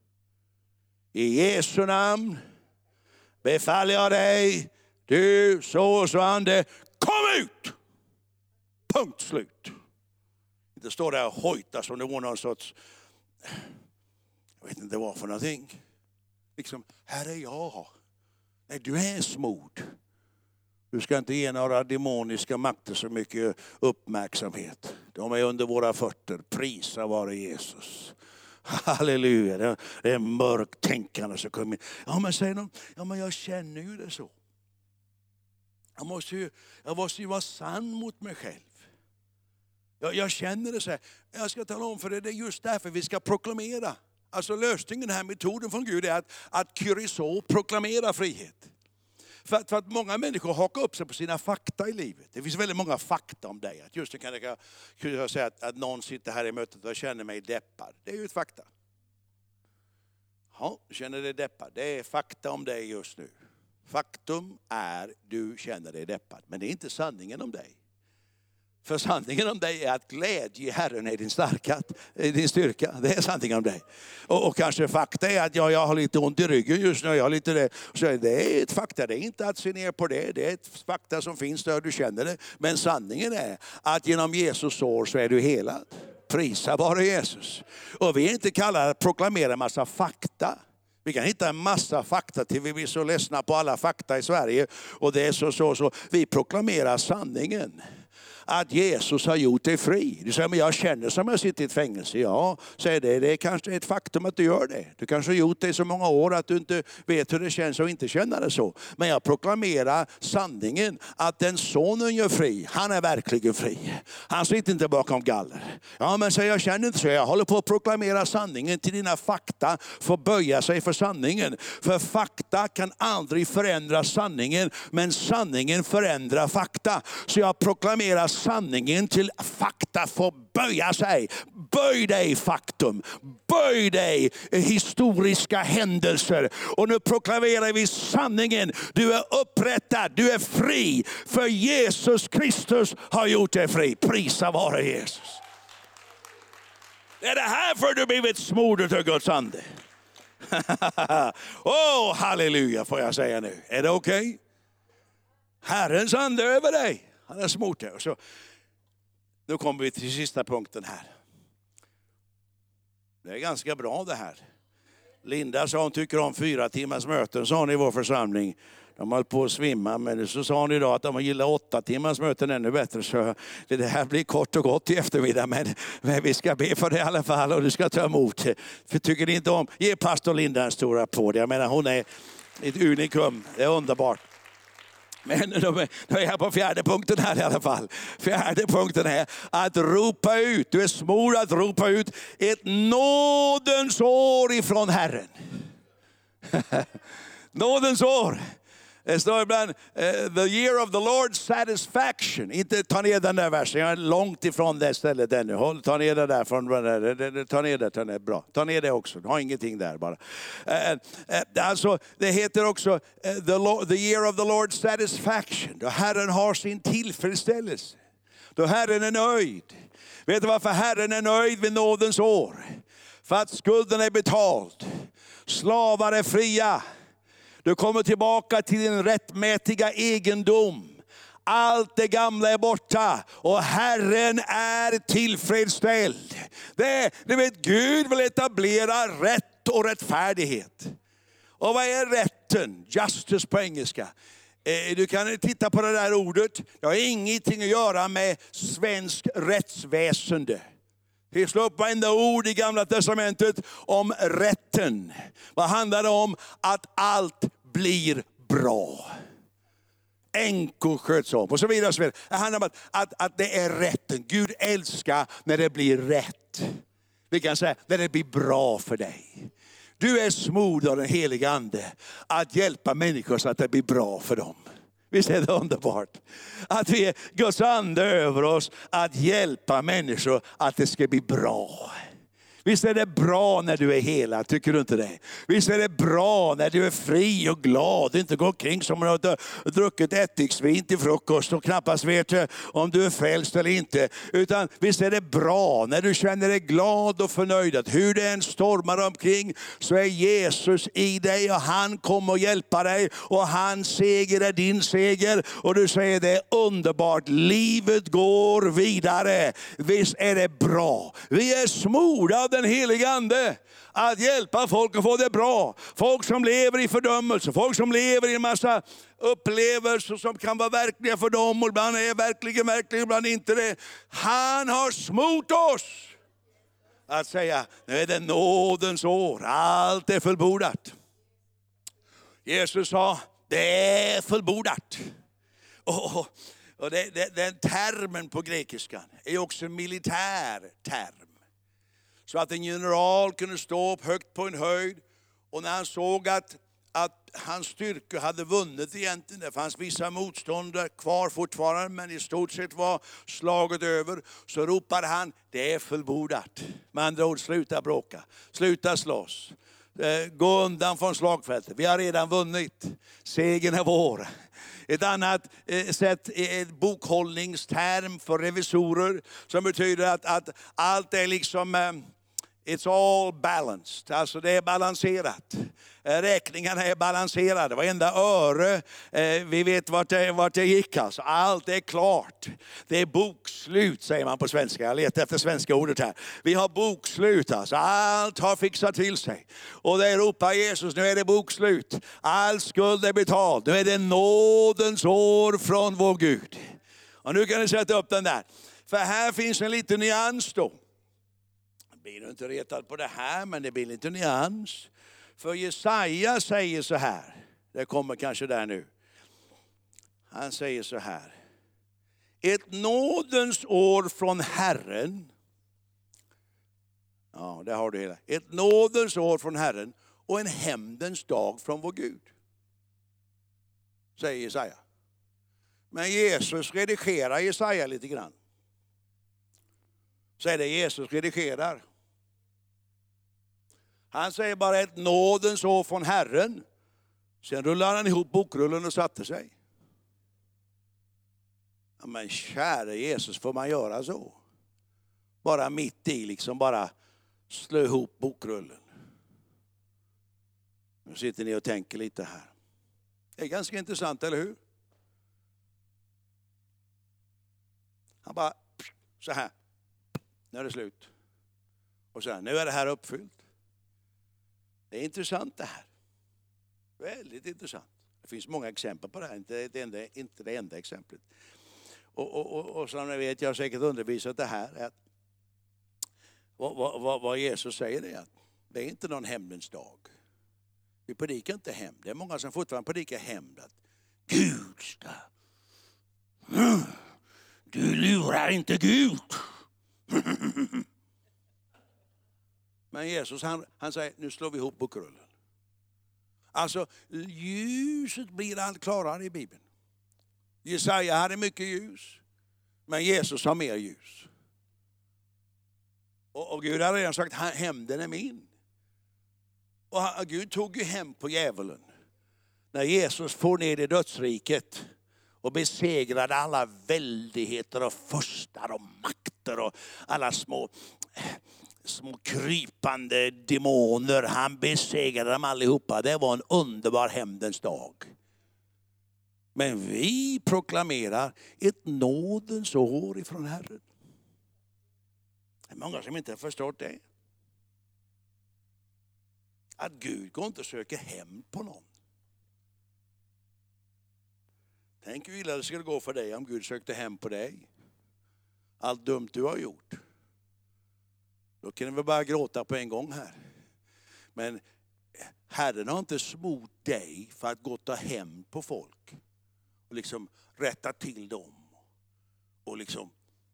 I Jesu namn befaller jag dig, du så ande, kom ut! Punkt slut. Det står där och hojtar som det var någon sorts, jag vet inte vad för någonting. Liksom, här är jag. Nej, du är smord. Du ska inte ge några demoniska makter så mycket uppmärksamhet. De är under våra fötter. Prisa vare Jesus. Halleluja, det är mörkt tänkande som kommer in. Ja, men säger de, ja men jag känner ju det så. Jag måste ju vara sann mot mig själv. Jag känner det så här. Jag ska tala om för det är just därför vi ska proklamera. Alltså lösningen, den här metoden från Gud är att kyriso, proklamera frihet. För att många människor hakar upp sig på sina fakta i livet. Det finns väldigt många fakta om dig. Att just det kan jag säga att någon sitter här i mötet och känner mig deppad. Det är ju ett fakta. Ja, du känner dig deppad. Det är fakta om dig just nu. Faktum är du känner dig deppad. Men det är inte sanningen om dig. För sanningen om dig är att glädje i Herren är din styrka. Det är sanningen om dig. Och kanske fakta är att jag har lite ont i ryggen just nu. Jag har lite det. Så det är ett fakta. Det är inte att se ner på det. Det är ett fakta som finns där du känner det. Men sanningen är att genom Jesus sår så är du helad. Prisa vare Jesus. Och vi är inte kallade att proklamera en massa fakta. Vi kan hitta en massa fakta till vi blir så ledsna på alla fakta i Sverige. Och det är så. Vi proklamerar sanningen. Att Jesus har gjort dig fri. Du säger, men jag känner som jag sitter i ett fängelse. Ja, säger det är kanske ett faktum att du gör det. Du kanske har gjort det i så många år att du inte vet hur det känns och inte känner det så. Men jag proklamerar sanningen att den sonen gör fri. Han är verkligen fri. Han sitter inte bakom galler. Ja, men säger jag känner inte så. Jag håller på att proklamera sanningen till dina fakta får böja sig för sanningen. För fakta kan aldrig förändra sanningen. Men sanningen förändrar fakta. Så jag proklamerar sanningen till fakta får böja sig. Böj dig faktum. Böj dig historiska händelser. Och nu proklamerar vi sanningen. Du är upprättad. Du är fri. För Jesus Kristus har gjort dig fri. Prisa vare Jesus. Det är det här för du blivit smord av Guds ande. Halleluja får jag säga nu. Är det okej? Herrens ande över dig. Han är smort det. Så, nu kommer vi till sista punkten här. Det är ganska bra det här. Linda sa hon tycker om 4 timmars möten, sa hon i vår församling. De höll på att svimma, men så sa hon idag att de gillar 8 timmars möten ännu bättre. Så det här blir kort och gott i eftermiddag, men vi ska be för det i alla fall och du ska ta emot det. För tycker ni inte om, ge pastor Linda en stor applåd. Jag menar hon är ett unikum, det är underbart. Men då är jag på 4:e punkten här i alla fall. 4:e punkten är att ropa ut. Du är smord att ropa ut ett nådens år ifrån Herren. Nådens år. Det står ibland, the year of the Lord's satisfaction. Inte ta ner den där versen, jag är långt ifrån det stället ännu. Ta ner det där, ta ner det, bra. Ta ner det också, ha ingenting där bara. Alltså, det heter också the year of the Lord's satisfaction. Då Herren har sin tillfredsställelse. Då Herren är nöjd. Vet du varför Herren är nöjd vid nådens år? För att skulden är betald. Slavar är fria. Du kommer tillbaka till din rättmätiga egendom. Allt det gamla är borta och Herren är tillfredsställd. Du vet, Gud vill etablera rätt och rättfärdighet. Och vad är rätten? Justice på engelska. Du kan titta på det där ordet. Det har ingenting att göra med svensk rättsväsende. Vi slår upp varenda ord i Gamla testamentet om rätten. Vad handlar det om? Att allt blir bra. Änkor sköts om och så vidare. Och så vidare. Det handlar om att det är rätten. Gud älskar när det blir rätt. Vi kan säga när det blir bra för dig. Du är smord av den heliga ande att hjälpa människor så att det blir bra för dem. Visst är det underbart? Att vi är Guds ande över oss att hjälpa människor att det ska bli bra. Visst är det bra när du är hela, tycker du inte det? Visst är det bra när du är fri och glad, inte går omkring som om du har druckit ättiksvin till frukost och knappast vet om du är frälst eller inte. Utan visst är det bra när du känner dig glad och förnöjd att hur det än stormar omkring så är Jesus i dig och han kommer att hjälpa dig och hans seger är din seger. Och du säger det är underbart, livet går vidare. Visst är det bra. Vi är smorda av den heliga ande att hjälpa folk att få det bra. Folk som lever i fördömelse, folk som lever i en massa upplevelser som kan vara verkliga för dem och ibland är verkligen, ibland inte det. Han har smort oss att säga, nu är det nådens år, allt är fullbordat. Jesus sa, det är fullbordat. Och den termen på grekiskan är också en militär term. Så att en general kunde stå upp högt på en höjd. Och när han såg att hans styrka hade vunnit egentligen. Det fanns vissa motståndare kvar fortfarande. Men i stort sett var slaget över. Så ropade han, det är fullbordat. Med andra ord, sluta bråka. Sluta slåss. Gå undan från slagfältet. Vi har redan vunnit. Segern är vår. Ett annat sätt är ett bokhållningsterm för revisorer. Som betyder att allt är liksom... It's all balanced. Alltså det är balanserat. Räkningarna är balanserade. Varenda öre, vi vet vart det gick. Alltså. Allt är klart. Det är bokslut, säger man på svenska. Jag letar efter svenska ordet här. Vi har bokslut. Alltså. Allt har fixat till sig. Och det ropar Jesus, nu är det bokslut. All skuld är betald. Nu är det nådens år från vår Gud. Och nu kan ni sätta upp den där. För här finns en liten nyans då. Jag blir inte retad på det här, men det blir lite nyans. För Jesaja säger så här. Det kommer kanske där nu. Han säger så här. Ett nådens år från Herren. Ja, där har du hela. Ett nådens år från Herren och en hämndens dag från vår Gud. Säger Jesaja. Men Jesus redigerar Jesaja lite grann. Så är det Jesus redigerar. Han säger bara ett nådens år från Herren. Sen rullar han ihop bokrullen och satte sig. Ja, men kära Jesus, får man göra så? Bara mitt i liksom bara slå ihop bokrullen. Nu sitter ni och tänker lite här. Det är ganska intressant, eller hur? Han bara så här. Nu är det slut. Och så här, nu är det här uppfyllt. Det är intressant det här. Väldigt intressant. Det finns många exempel på det här. Inte det enda exemplet. Och som ni vet, jag har säkert undervisat det här. Att vad Jesus säger är att det är inte någon hämndens dag. Vi predikar inte hämnd. Det är många som fortfarande predikar hämnd. Att Gud ska... Du lurar inte Gud. Men Jesus han säger, nu slår vi ihop bokrullen. Alltså ljuset blir allt klarare i Bibeln. Jesaja hade mycket ljus, men Jesus har mer ljus. Och Gud har redan sagt, hämnden är min. Och Gud tog ju hem på djävulen när Jesus får ner i dödsriket och besegrade alla väldigheter och förstar och makter och alla små krypande demoner. Han besegrade dem allihopa. Det var en underbar hämndens dag. Men vi proklamerar ett nådens år ifrån Herren. Det är många som inte har förstått det. Att Gud går inte och söker hem på någon. Tänk hur illa det skulle gå för dig om Gud sökte hem på dig. Allt dumt du har gjort. Då kan vi bara gråta på en gång här. Men Herren har inte smort dig för att gå ta hem på folk. Och liksom rätta till dem. Och liksom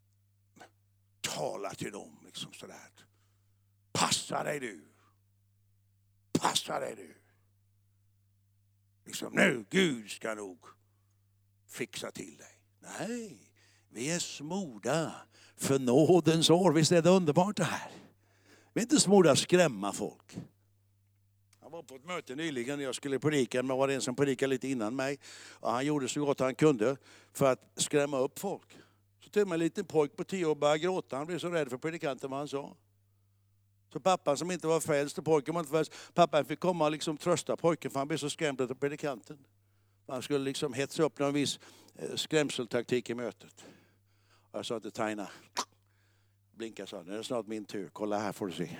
tala till dem. Liksom sådär. Passa dig du. Passa dig du. Liksom nu, Gud ska nog fixa till dig. Nej, vi är smorda för nådens år. Visst är det underbart det här? Vi är inte smorda att skrämma folk. Jag var på ett möte nyligen när jag skulle predika, men var en som predikade lite innan mig. Och han gjorde så gott han kunde för att skrämma upp folk. Så till och med en liten pojk på 10 år började gråta. Han blev så rädd för predikanten vad han sa. Så pappan som inte var frälst och pojken var inte frälst, pappan fick komma och liksom trösta pojken för han blev så skrämd av predikanten. Han skulle liksom hetsa upp någon viss skrämseltaktik i mötet. Och jag sa till Taina, blinka sa, nu är det snart min tur, kolla här får du se.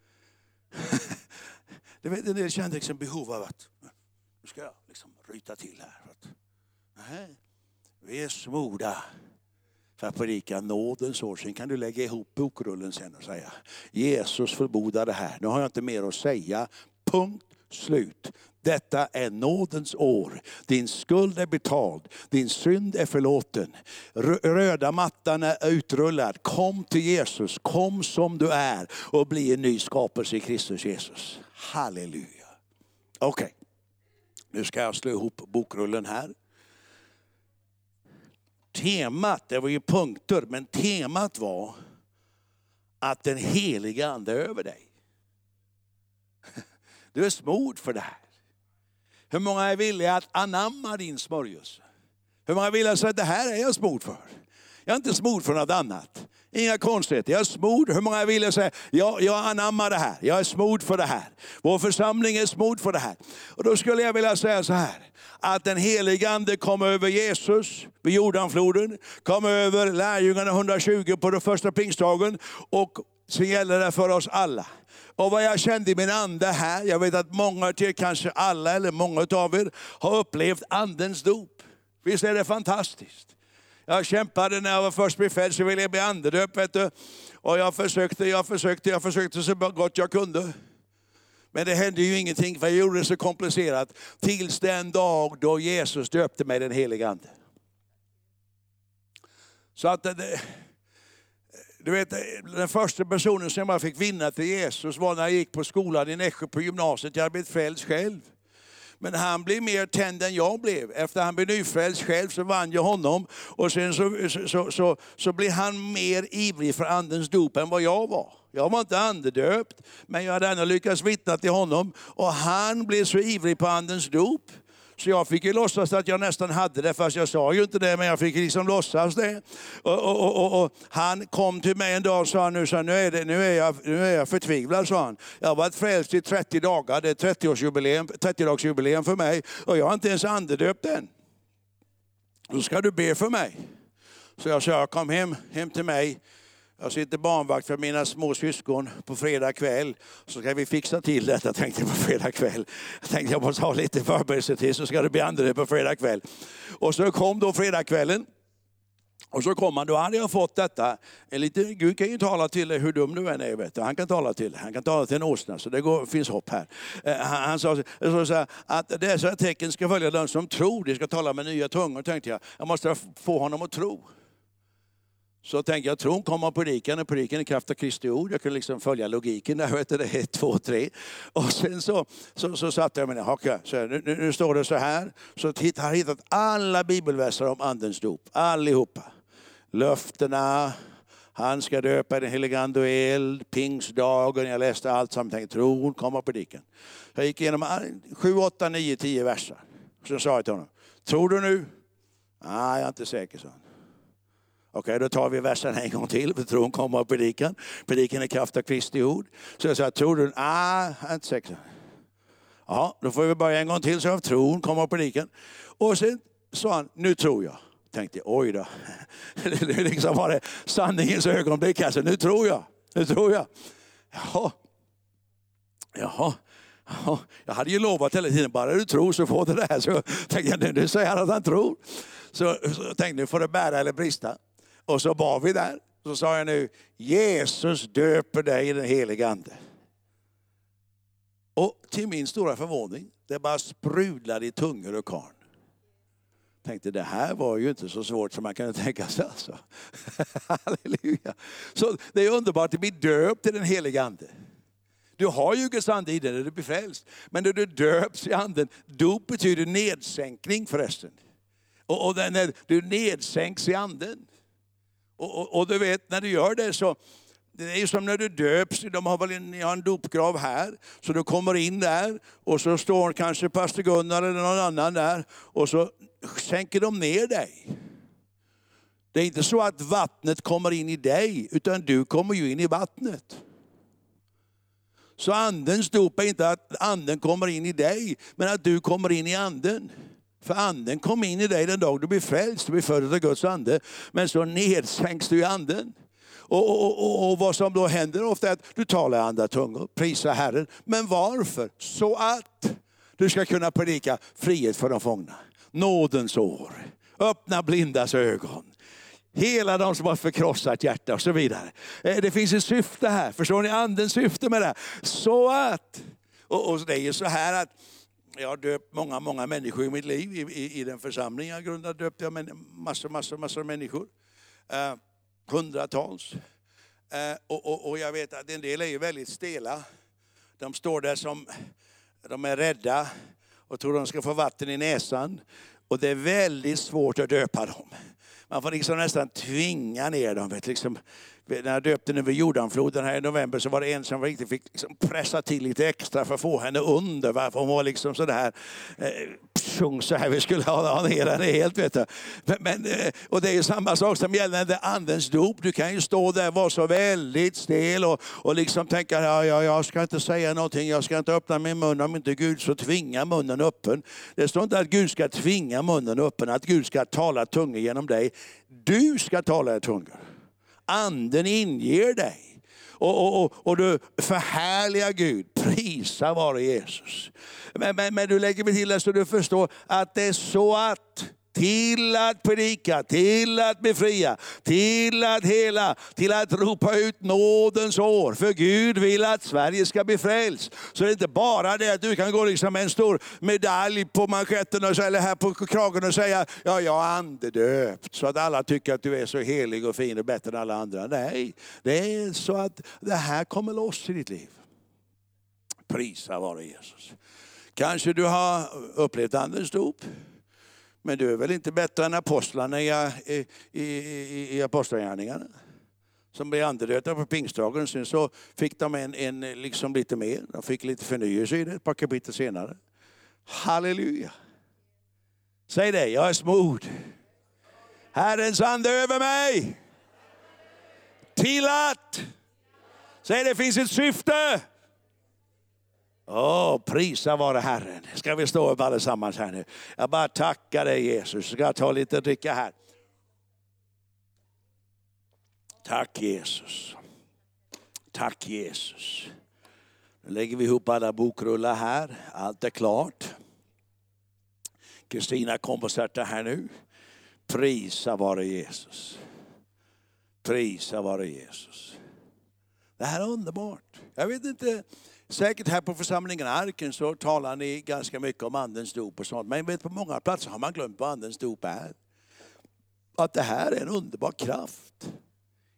Det kände liksom behov av att, nu ska jag liksom ryta till här. För att, nej, vi är smorda för att predika nådens år. Sen kan du lägga ihop bokrullen sen och säga, Jesus förbodade här, nu har jag inte mer att säga, punkt, slut. Detta är nådens år. Din skuld är betald. Din synd är förlåten. Röda mattan är utrullad. Kom till Jesus. Kom som du är. Och bli en ny skapelse i Kristus Jesus. Halleluja. Okej. Nu ska jag slå ihop bokrullen här. Temat, det var ju punkter. Men temat var att den heliga ande är över dig. Du är smord för det här. Hur många är villiga att anamma din smörjelse? Hur många vill säga att det här är jag smord för? Jag är inte smord för något annat. Inga konstigheter. Jag är smord. Hur många vill säga jag anammar det här. Jag är smord för det här. Vår församling är smord för det här. Och då skulle jag vilja säga så här. Att den helige ande kom över Jesus vid Jordanfloden. Kom över lärjungarna 120 på den första pingstdagen. Och så gäller det för oss alla. Och vad jag kände i min ande här, jag vet att många till kanske alla eller många av er har upplevt andens dop. Visst är det fantastiskt? Jag kämpade när jag var först befäld så ville jag bli andedöpt, vet du. Och jag försökte så gott jag kunde. Men det hände ju ingenting för jag gjorde det så komplicerat. Tills den dag då Jesus döpte mig den helige ande. Så att du vet, den första personen som jag fick vinna till Jesus var när jag gick på skolan i Nässjö på gymnasiet. Jag hade blivit frälst själv. Men han blev mer tänd än jag blev. Efter han blev nyfrälst själv så vann jag honom. Och sen så blev han mer ivrig för andens dop än vad jag var. Jag var inte andedöpt, men jag hade ändå lyckats vittna till honom. Och han blev så ivrig på andens dop. Så jag fick ju låtsas att jag nästan hade det, fast jag sa ju inte det, men jag fick liksom låtsas det. Och han kom till mig en dag och sa, nu är jag förtvivlad, sa han. Jag har varit frälst i 30 dagar, det är 30-dagsjubileum för mig, och jag har inte ens andedöpt än. Då ska du be för mig. Så jag sa, kom hem till mig. Jag sitter barnvakt för mina små syskon på fredag kväll. Så ska vi fixa till detta, tänkte jag på fredag kväll. Jag tänkte jag måste ha lite förberedelse till, så ska det bli andra på fredag kväll. Och så kom då fredagskvällen. Och så kom han, då hade jag fått detta. Gud kan ju tala till dig hur dum du än är, vet du. Han kan tala till dig. Han kan tala till en åsna, så det finns hopp här. Han sa så här, att dessa tecken ska följa den som tror. De ska tala med nya tungor, tänkte jag. Jag måste få honom att tro. Så tänker jag, tron kommer av predikan och predikan i kraft av Kristi ord. Jag kunde liksom följa logiken där, vet du, det är 1, 2, 3. Och sen så satte jag mig ner, okej, så nu står det så här. Så har jag hittat alla bibelverser om andens dop, allihopa. Löftena, han ska döpa i den heliga ande och eld, pingstdagen, jag läste allt som tänkte, tron kommer av predikan. Jag gick igenom 7, 8, 9, 10 verser. Så sa jag till honom, tror du nu? Nej, jag är inte säker, så. Okej, då tar vi versen en gång till, för tron kommer av predikan. Predikan är kraft av Kristi ord. Så jag sa, tror du? Nej, jag är inte säker. Ja, då får vi börja en gång till, så av tron kommer av predikan. Och sen sa han, nu tror jag. Tänkte, oj då. Det liksom var det sanningens ögonblick. Alltså, nu tror jag. Jaha. Jag hade ju lovat hela tiden, bara du tror så får du det här. Så tänkte jag, nu säger han att han tror. Så tänkte, nu får det bära eller brista. Och så var vi där. Så sa jag nu, Jesus döper dig i den heliga ande. Och till min stora förvåning, det bara sprudlade i tungor och karn. Tänkte, det här var ju inte så svårt som man kunde tänka sig. Alltså. Halleluja. Så det är underbart att bli döpt i den heliga ande. Du har ju Guds ande i dig när du blir frälst. Men när du döps i anden, dop betyder nedsänkning förresten. Och när du nedsänks i anden. Och du vet, när du gör det så, det är ju som när du döps, de har väl en dopgrav här. Så du kommer in där och så står kanske pastor Gunnar eller någon annan där. Och så sänker de ner dig. Det är inte så att vattnet kommer in i dig, utan du kommer ju in i vattnet. Så andens dop är inte att anden kommer in i dig, men att du kommer in i anden. För anden kom in i dig den dag du blir frälst, du blir född av Guds ande. Men så nedsänks du i anden. Och vad som då händer ofta är att du talar i andra tungor, prisa Herren. Men varför? Så att du ska kunna predika frihet för de fångna. Nådens år, öppna blindas ögon. Hela de som har förkrossat hjärta och så vidare. Det finns ett syfte här. Förstår ni andens syfte med det här? Så att, och det är ju så här att jag har döpt många människor i mitt liv. I den församling jag grundade döpte jag massor människor. Hundratals. Och jag vet att en del är ju väldigt stela. De står där som, de är rädda och tror de ska få vatten i näsan. Och det är väldigt svårt att döpa dem. Man får liksom nästan tvinga ner dem. Vet, liksom, när jag döpte över Jordanfloden här i november så var det en som riktigt fick liksom pressa till lite extra för att få henne under. Varför hon var liksom sådär, så här vi skulle ha ner henne helt. Vet du. Men, och det är ju samma sak som gäller när andens dop. Du kan ju stå där och vara så väldigt stel och liksom tänka, jag ska inte säga någonting, jag ska inte öppna min mun om inte Gud så tvinga munnen öppen. Det står inte att Gud ska tvinga munnen öppen, att Gud ska tala tungor genom dig. Du ska tala i tungor. Anden inger dig. Och du förhärligar Gud. Prisa vare Jesus. Men du lägger mig till det så du förstår att det är så att till att predika, till att befria, till att hela, till att ropa ut nådens år. För Gud vill att Sverige ska bli frälst. Så det är inte bara det att du kan gå liksom med en stor medalj på manschetten eller här på kragen och säga, ja, jag är andedöpt. Så att alla tycker att du är så helig och fin och bättre än alla andra. Nej, det är så att det här kommer loss i ditt liv. Prisa vare Jesus. Kanske du har upplevt andens dop. Men du är väl inte bättre än apostlarna i apostlagärningarna. Som blev andedöpta på pingstdagen. Sen så fick de en liksom lite mer. De fick lite förnyelse i det ett par kapitel senare. Halleluja. Säg det, jag är smord. Herrens ande över mig. Till att. Säg det, finns ett syfte. Prisa vare Herren. Ska vi stå upp allesammans här nu? Jag bara tackar dig Jesus. Ska jag ta lite dricka här? Tack Jesus. Tack Jesus. Nu lägger vi ihop alla bokrullar här. Allt är klart. Kristina kommer och sätta här nu. Prisa vare Jesus. Prisa vare Jesus. Det här är underbart. Jag vet inte. Säkert här på församlingen Arken så talar ni ganska mycket om andens dop och sånt. Men jag vet på många platser har man glömt vad andens dop är. Att det här är en underbar kraft.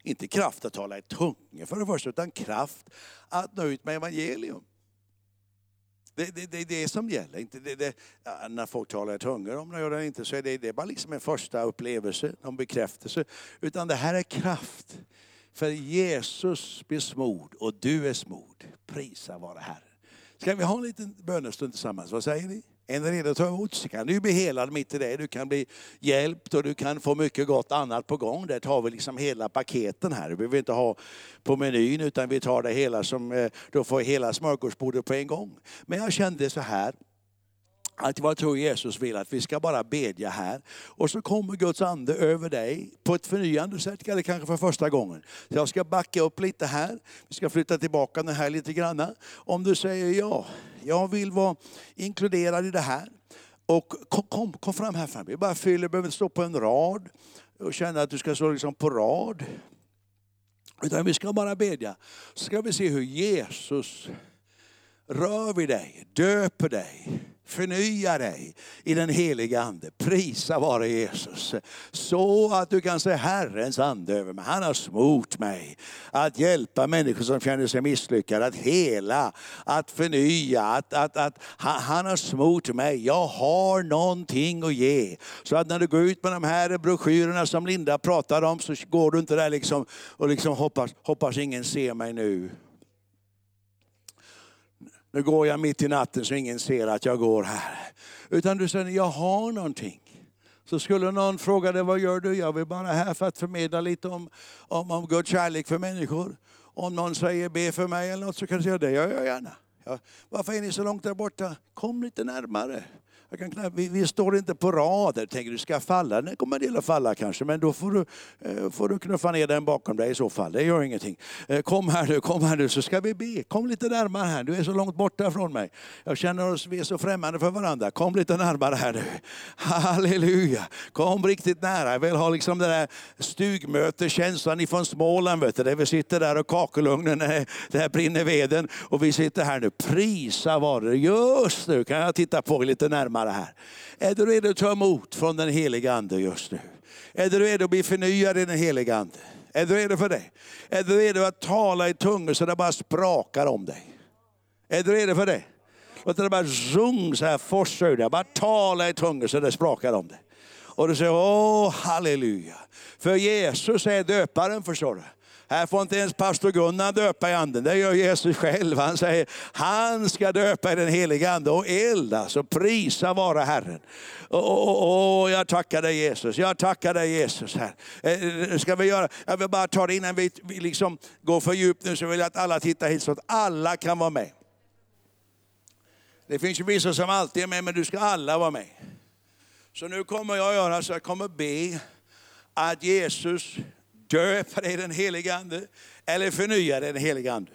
Inte kraft att tala i tungor för det första, utan kraft att nå ut med evangelium. Det är det som gäller. Inte när folk talar i tungor, om de gör det inte, så är det bara liksom en första upplevelse, en bekräftelse. Utan det här är kraft. För Jesus blir smord och du är smord. Prisa vare Herren. Ska vi ha en liten bönestund tillsammans? Vad säger ni? Är ni redo att ta emot, så kan du bli helad mitt i det. Du kan bli hjälpt och du kan få mycket gott annat på gång. Där tar vi liksom hela paketen här. Vi behöver inte ha på menyn, utan vi tar det hela som, då får hela smörgåsbordet på en gång. Men jag kände så här, att vad tror Jesus vill att vi ska bara bedja här. Och så kommer Guds ande över dig på ett förnyande sätt, eller kanske för första gången. Så jag ska backa upp lite här. Vi ska flytta tillbaka den här lite grann. Om du säger ja, jag vill vara inkluderad i det här. Och kom fram här fram. Vi bara fyller, behöver stå på en rad. Och känna att du ska stå liksom på rad. Utan vi ska bara bedja. Så ska vi se hur Jesus rör vid dig, döper dig. Förnya dig i den heliga ande. Prisa vare Jesus. Så att du kan säga Herrens ande över mig. Han har smort mig. Att hjälpa människor som känner sig misslyckade. Att hela. Att förnya. Han har smort mig. Jag har någonting att ge. Så att när du går ut med de här broschyrerna som Linda pratar om, så går du inte där liksom och liksom hoppas ingen ser mig nu. Nu går jag mitt i natten så ingen ser att jag går här. Utan du säger, jag har någonting. Så skulle någon fråga dig, vad gör du? Jag är bara här för att förmedla lite om Guds kärlek för människor. Om någon säger, be för mig eller något, så kan du säga, det gör jag gärna. Ja, varför är ni så långt där borta? Kom lite närmare. Vi står inte på rader. Tänker du ska falla? Det kommer en del att falla kanske. Men då får du knuffa ner den bakom dig i så fall. Det gör ingenting. Kom här nu så ska vi be. Kom lite närmare här. Du är så långt borta från mig. Jag känner oss, vi är så främmande för varandra. Kom lite närmare här nu. Halleluja. Kom riktigt nära. Jag vill ha liksom det där stugmötekänslan ifrån Småland. Vet du, där vi sitter där och kakelugnen, där brinner veden. Och vi sitter här nu. Prisa vare. Just nu kan jag titta på lite närmare här. Är du redo att ta emot från den heliga ande just nu? Är du redo att bli förnyad i den heliga ande? Är du redo för det? Är du redo att tala i tungor så det bara sprakar om dig? Är du redo för det? Låt det bara zung så här forsa ur dig. Bara tala i tungor så det sprakar om dig. Och du säger, åh halleluja. För Jesus är döparen, förstår du. Här får inte ens pastor Gunnar döpa i anden. Det gör Jesus själv. Han säger, han ska döpa i den heliga ande och elda. Så prisa vara Herren. Jag tackar dig Jesus. Jag tackar dig Jesus här. Ska vi göra? Jag vill bara ta det innan vi liksom går för djupt nu, så vill jag att alla tittar hit så att alla kan vara med. Det finns ju vissa som alltid är med, men du ska alla vara med. Så nu kommer jag göra så jag kommer be att Jesus döpa dig i den heliga ande eller förnya dig i den heliga ande.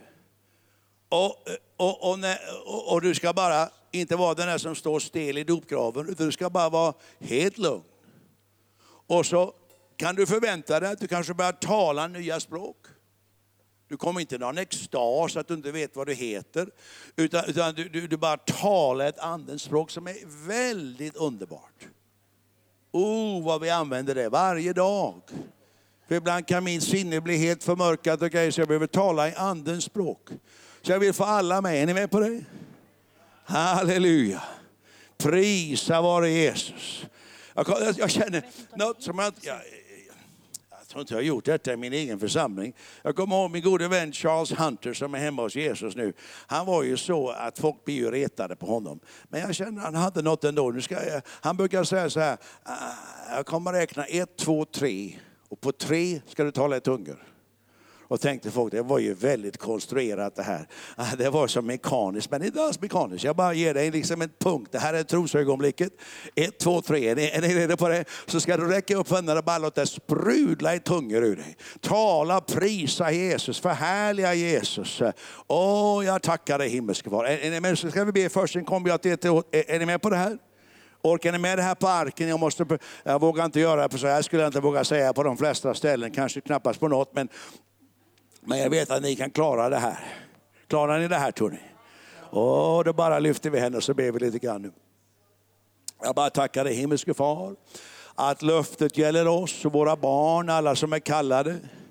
Och du ska bara inte vara den där som står stel i dopgraven, utan du ska bara vara helt lugn. Och så kan du förvänta dig att du kanske börjar tala nya språk. Du kommer inte någon extas att du inte vet vad du heter, utan du bara talar ett andens språk som är väldigt underbart. Vad vi använder det varje dag. För ibland kan min sinne bli helt förmörkat och grejer, så jag behöver tala i andens språk. Så jag vill få alla med. Är ni med på det? Halleluja. Prisa vare Jesus. Jag känner något som jag tror inte jag har gjort detta i min egen församling. Jag kommer ihåg min gode vän Charles Hunter som är hemma hos Jesus nu. Han var ju så att folk blir ju retade på honom. Men jag känner att han hade något ändå. Han brukar säga så här, jag kommer räkna 1, 2, 3. Och på 3 ska du tala i tungor. Och tänkte folk, det var ju väldigt konstruerat det här. Det var som mekaniskt, men inte alls mekaniskt. Jag bara ger dig liksom en punkt. Det här är trosögonblicket. 1, 2, 3. Är ni redo på det? Så ska du räcka upp händerna och bara låta sprudla i tungor ur dig. Tala, prisa Jesus, förhärliga Jesus. Jag tackar dig himmelske far. Är ni med? Så ska vi be först, sen kommer jag till. Är ni med på det här? Orkar ni med det här på arken? Jag vågar inte göra det på så här. Skulle jag inte våga säga på de flesta ställen. Kanske knappast på något. Men jag vet att ni kan klara det här. Klarar ni det här, tror ni? Då bara lyfter vi henne och så ber vi lite grann nu. Jag bara tackar dig himmelske far. Att löftet gäller oss och våra barn. Alla som är kallade.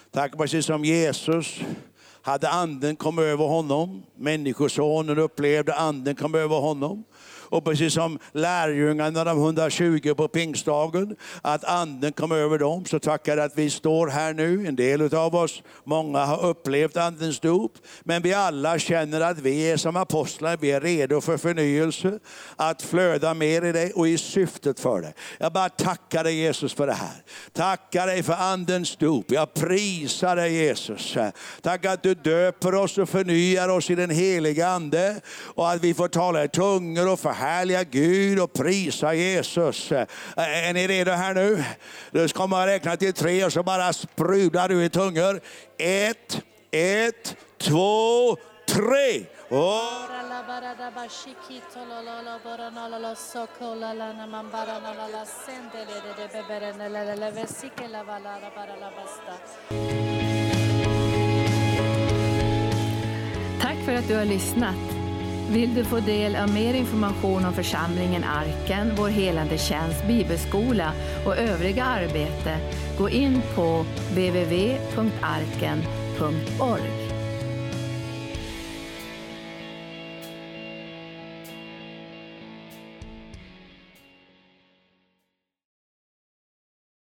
Tack precis som Jesus hade anden kom över honom. Människosonen upplevde anden kom över honom. Och precis som lärjungarna, de 120 på pingstdagen, att anden kom över dem, så tackar jag att vi står här nu. En del av oss, många har upplevt andens dop. Men vi alla känner att vi är som apostlar, vi är redo för förnyelse. Att flöda mer i det och i syftet för det. Jag bara tackar dig Jesus för det här. Tackar dig för andens dop. Jag prisar dig Jesus. Tack att du döper oss och förnyar oss i den heliga ande. Och att vi får tala i tungor och härliga Gud och prisa Jesus. Är ni redo här nu? Du ska man räkna till 3 och så bara sprudlar du i tungor. 1, 2, 3. Tack för att du har lyssnat. Vill du få del av mer information om församlingen Arken, vår helande tjänst, bibelskola och övriga arbete, gå in på www.arken.org.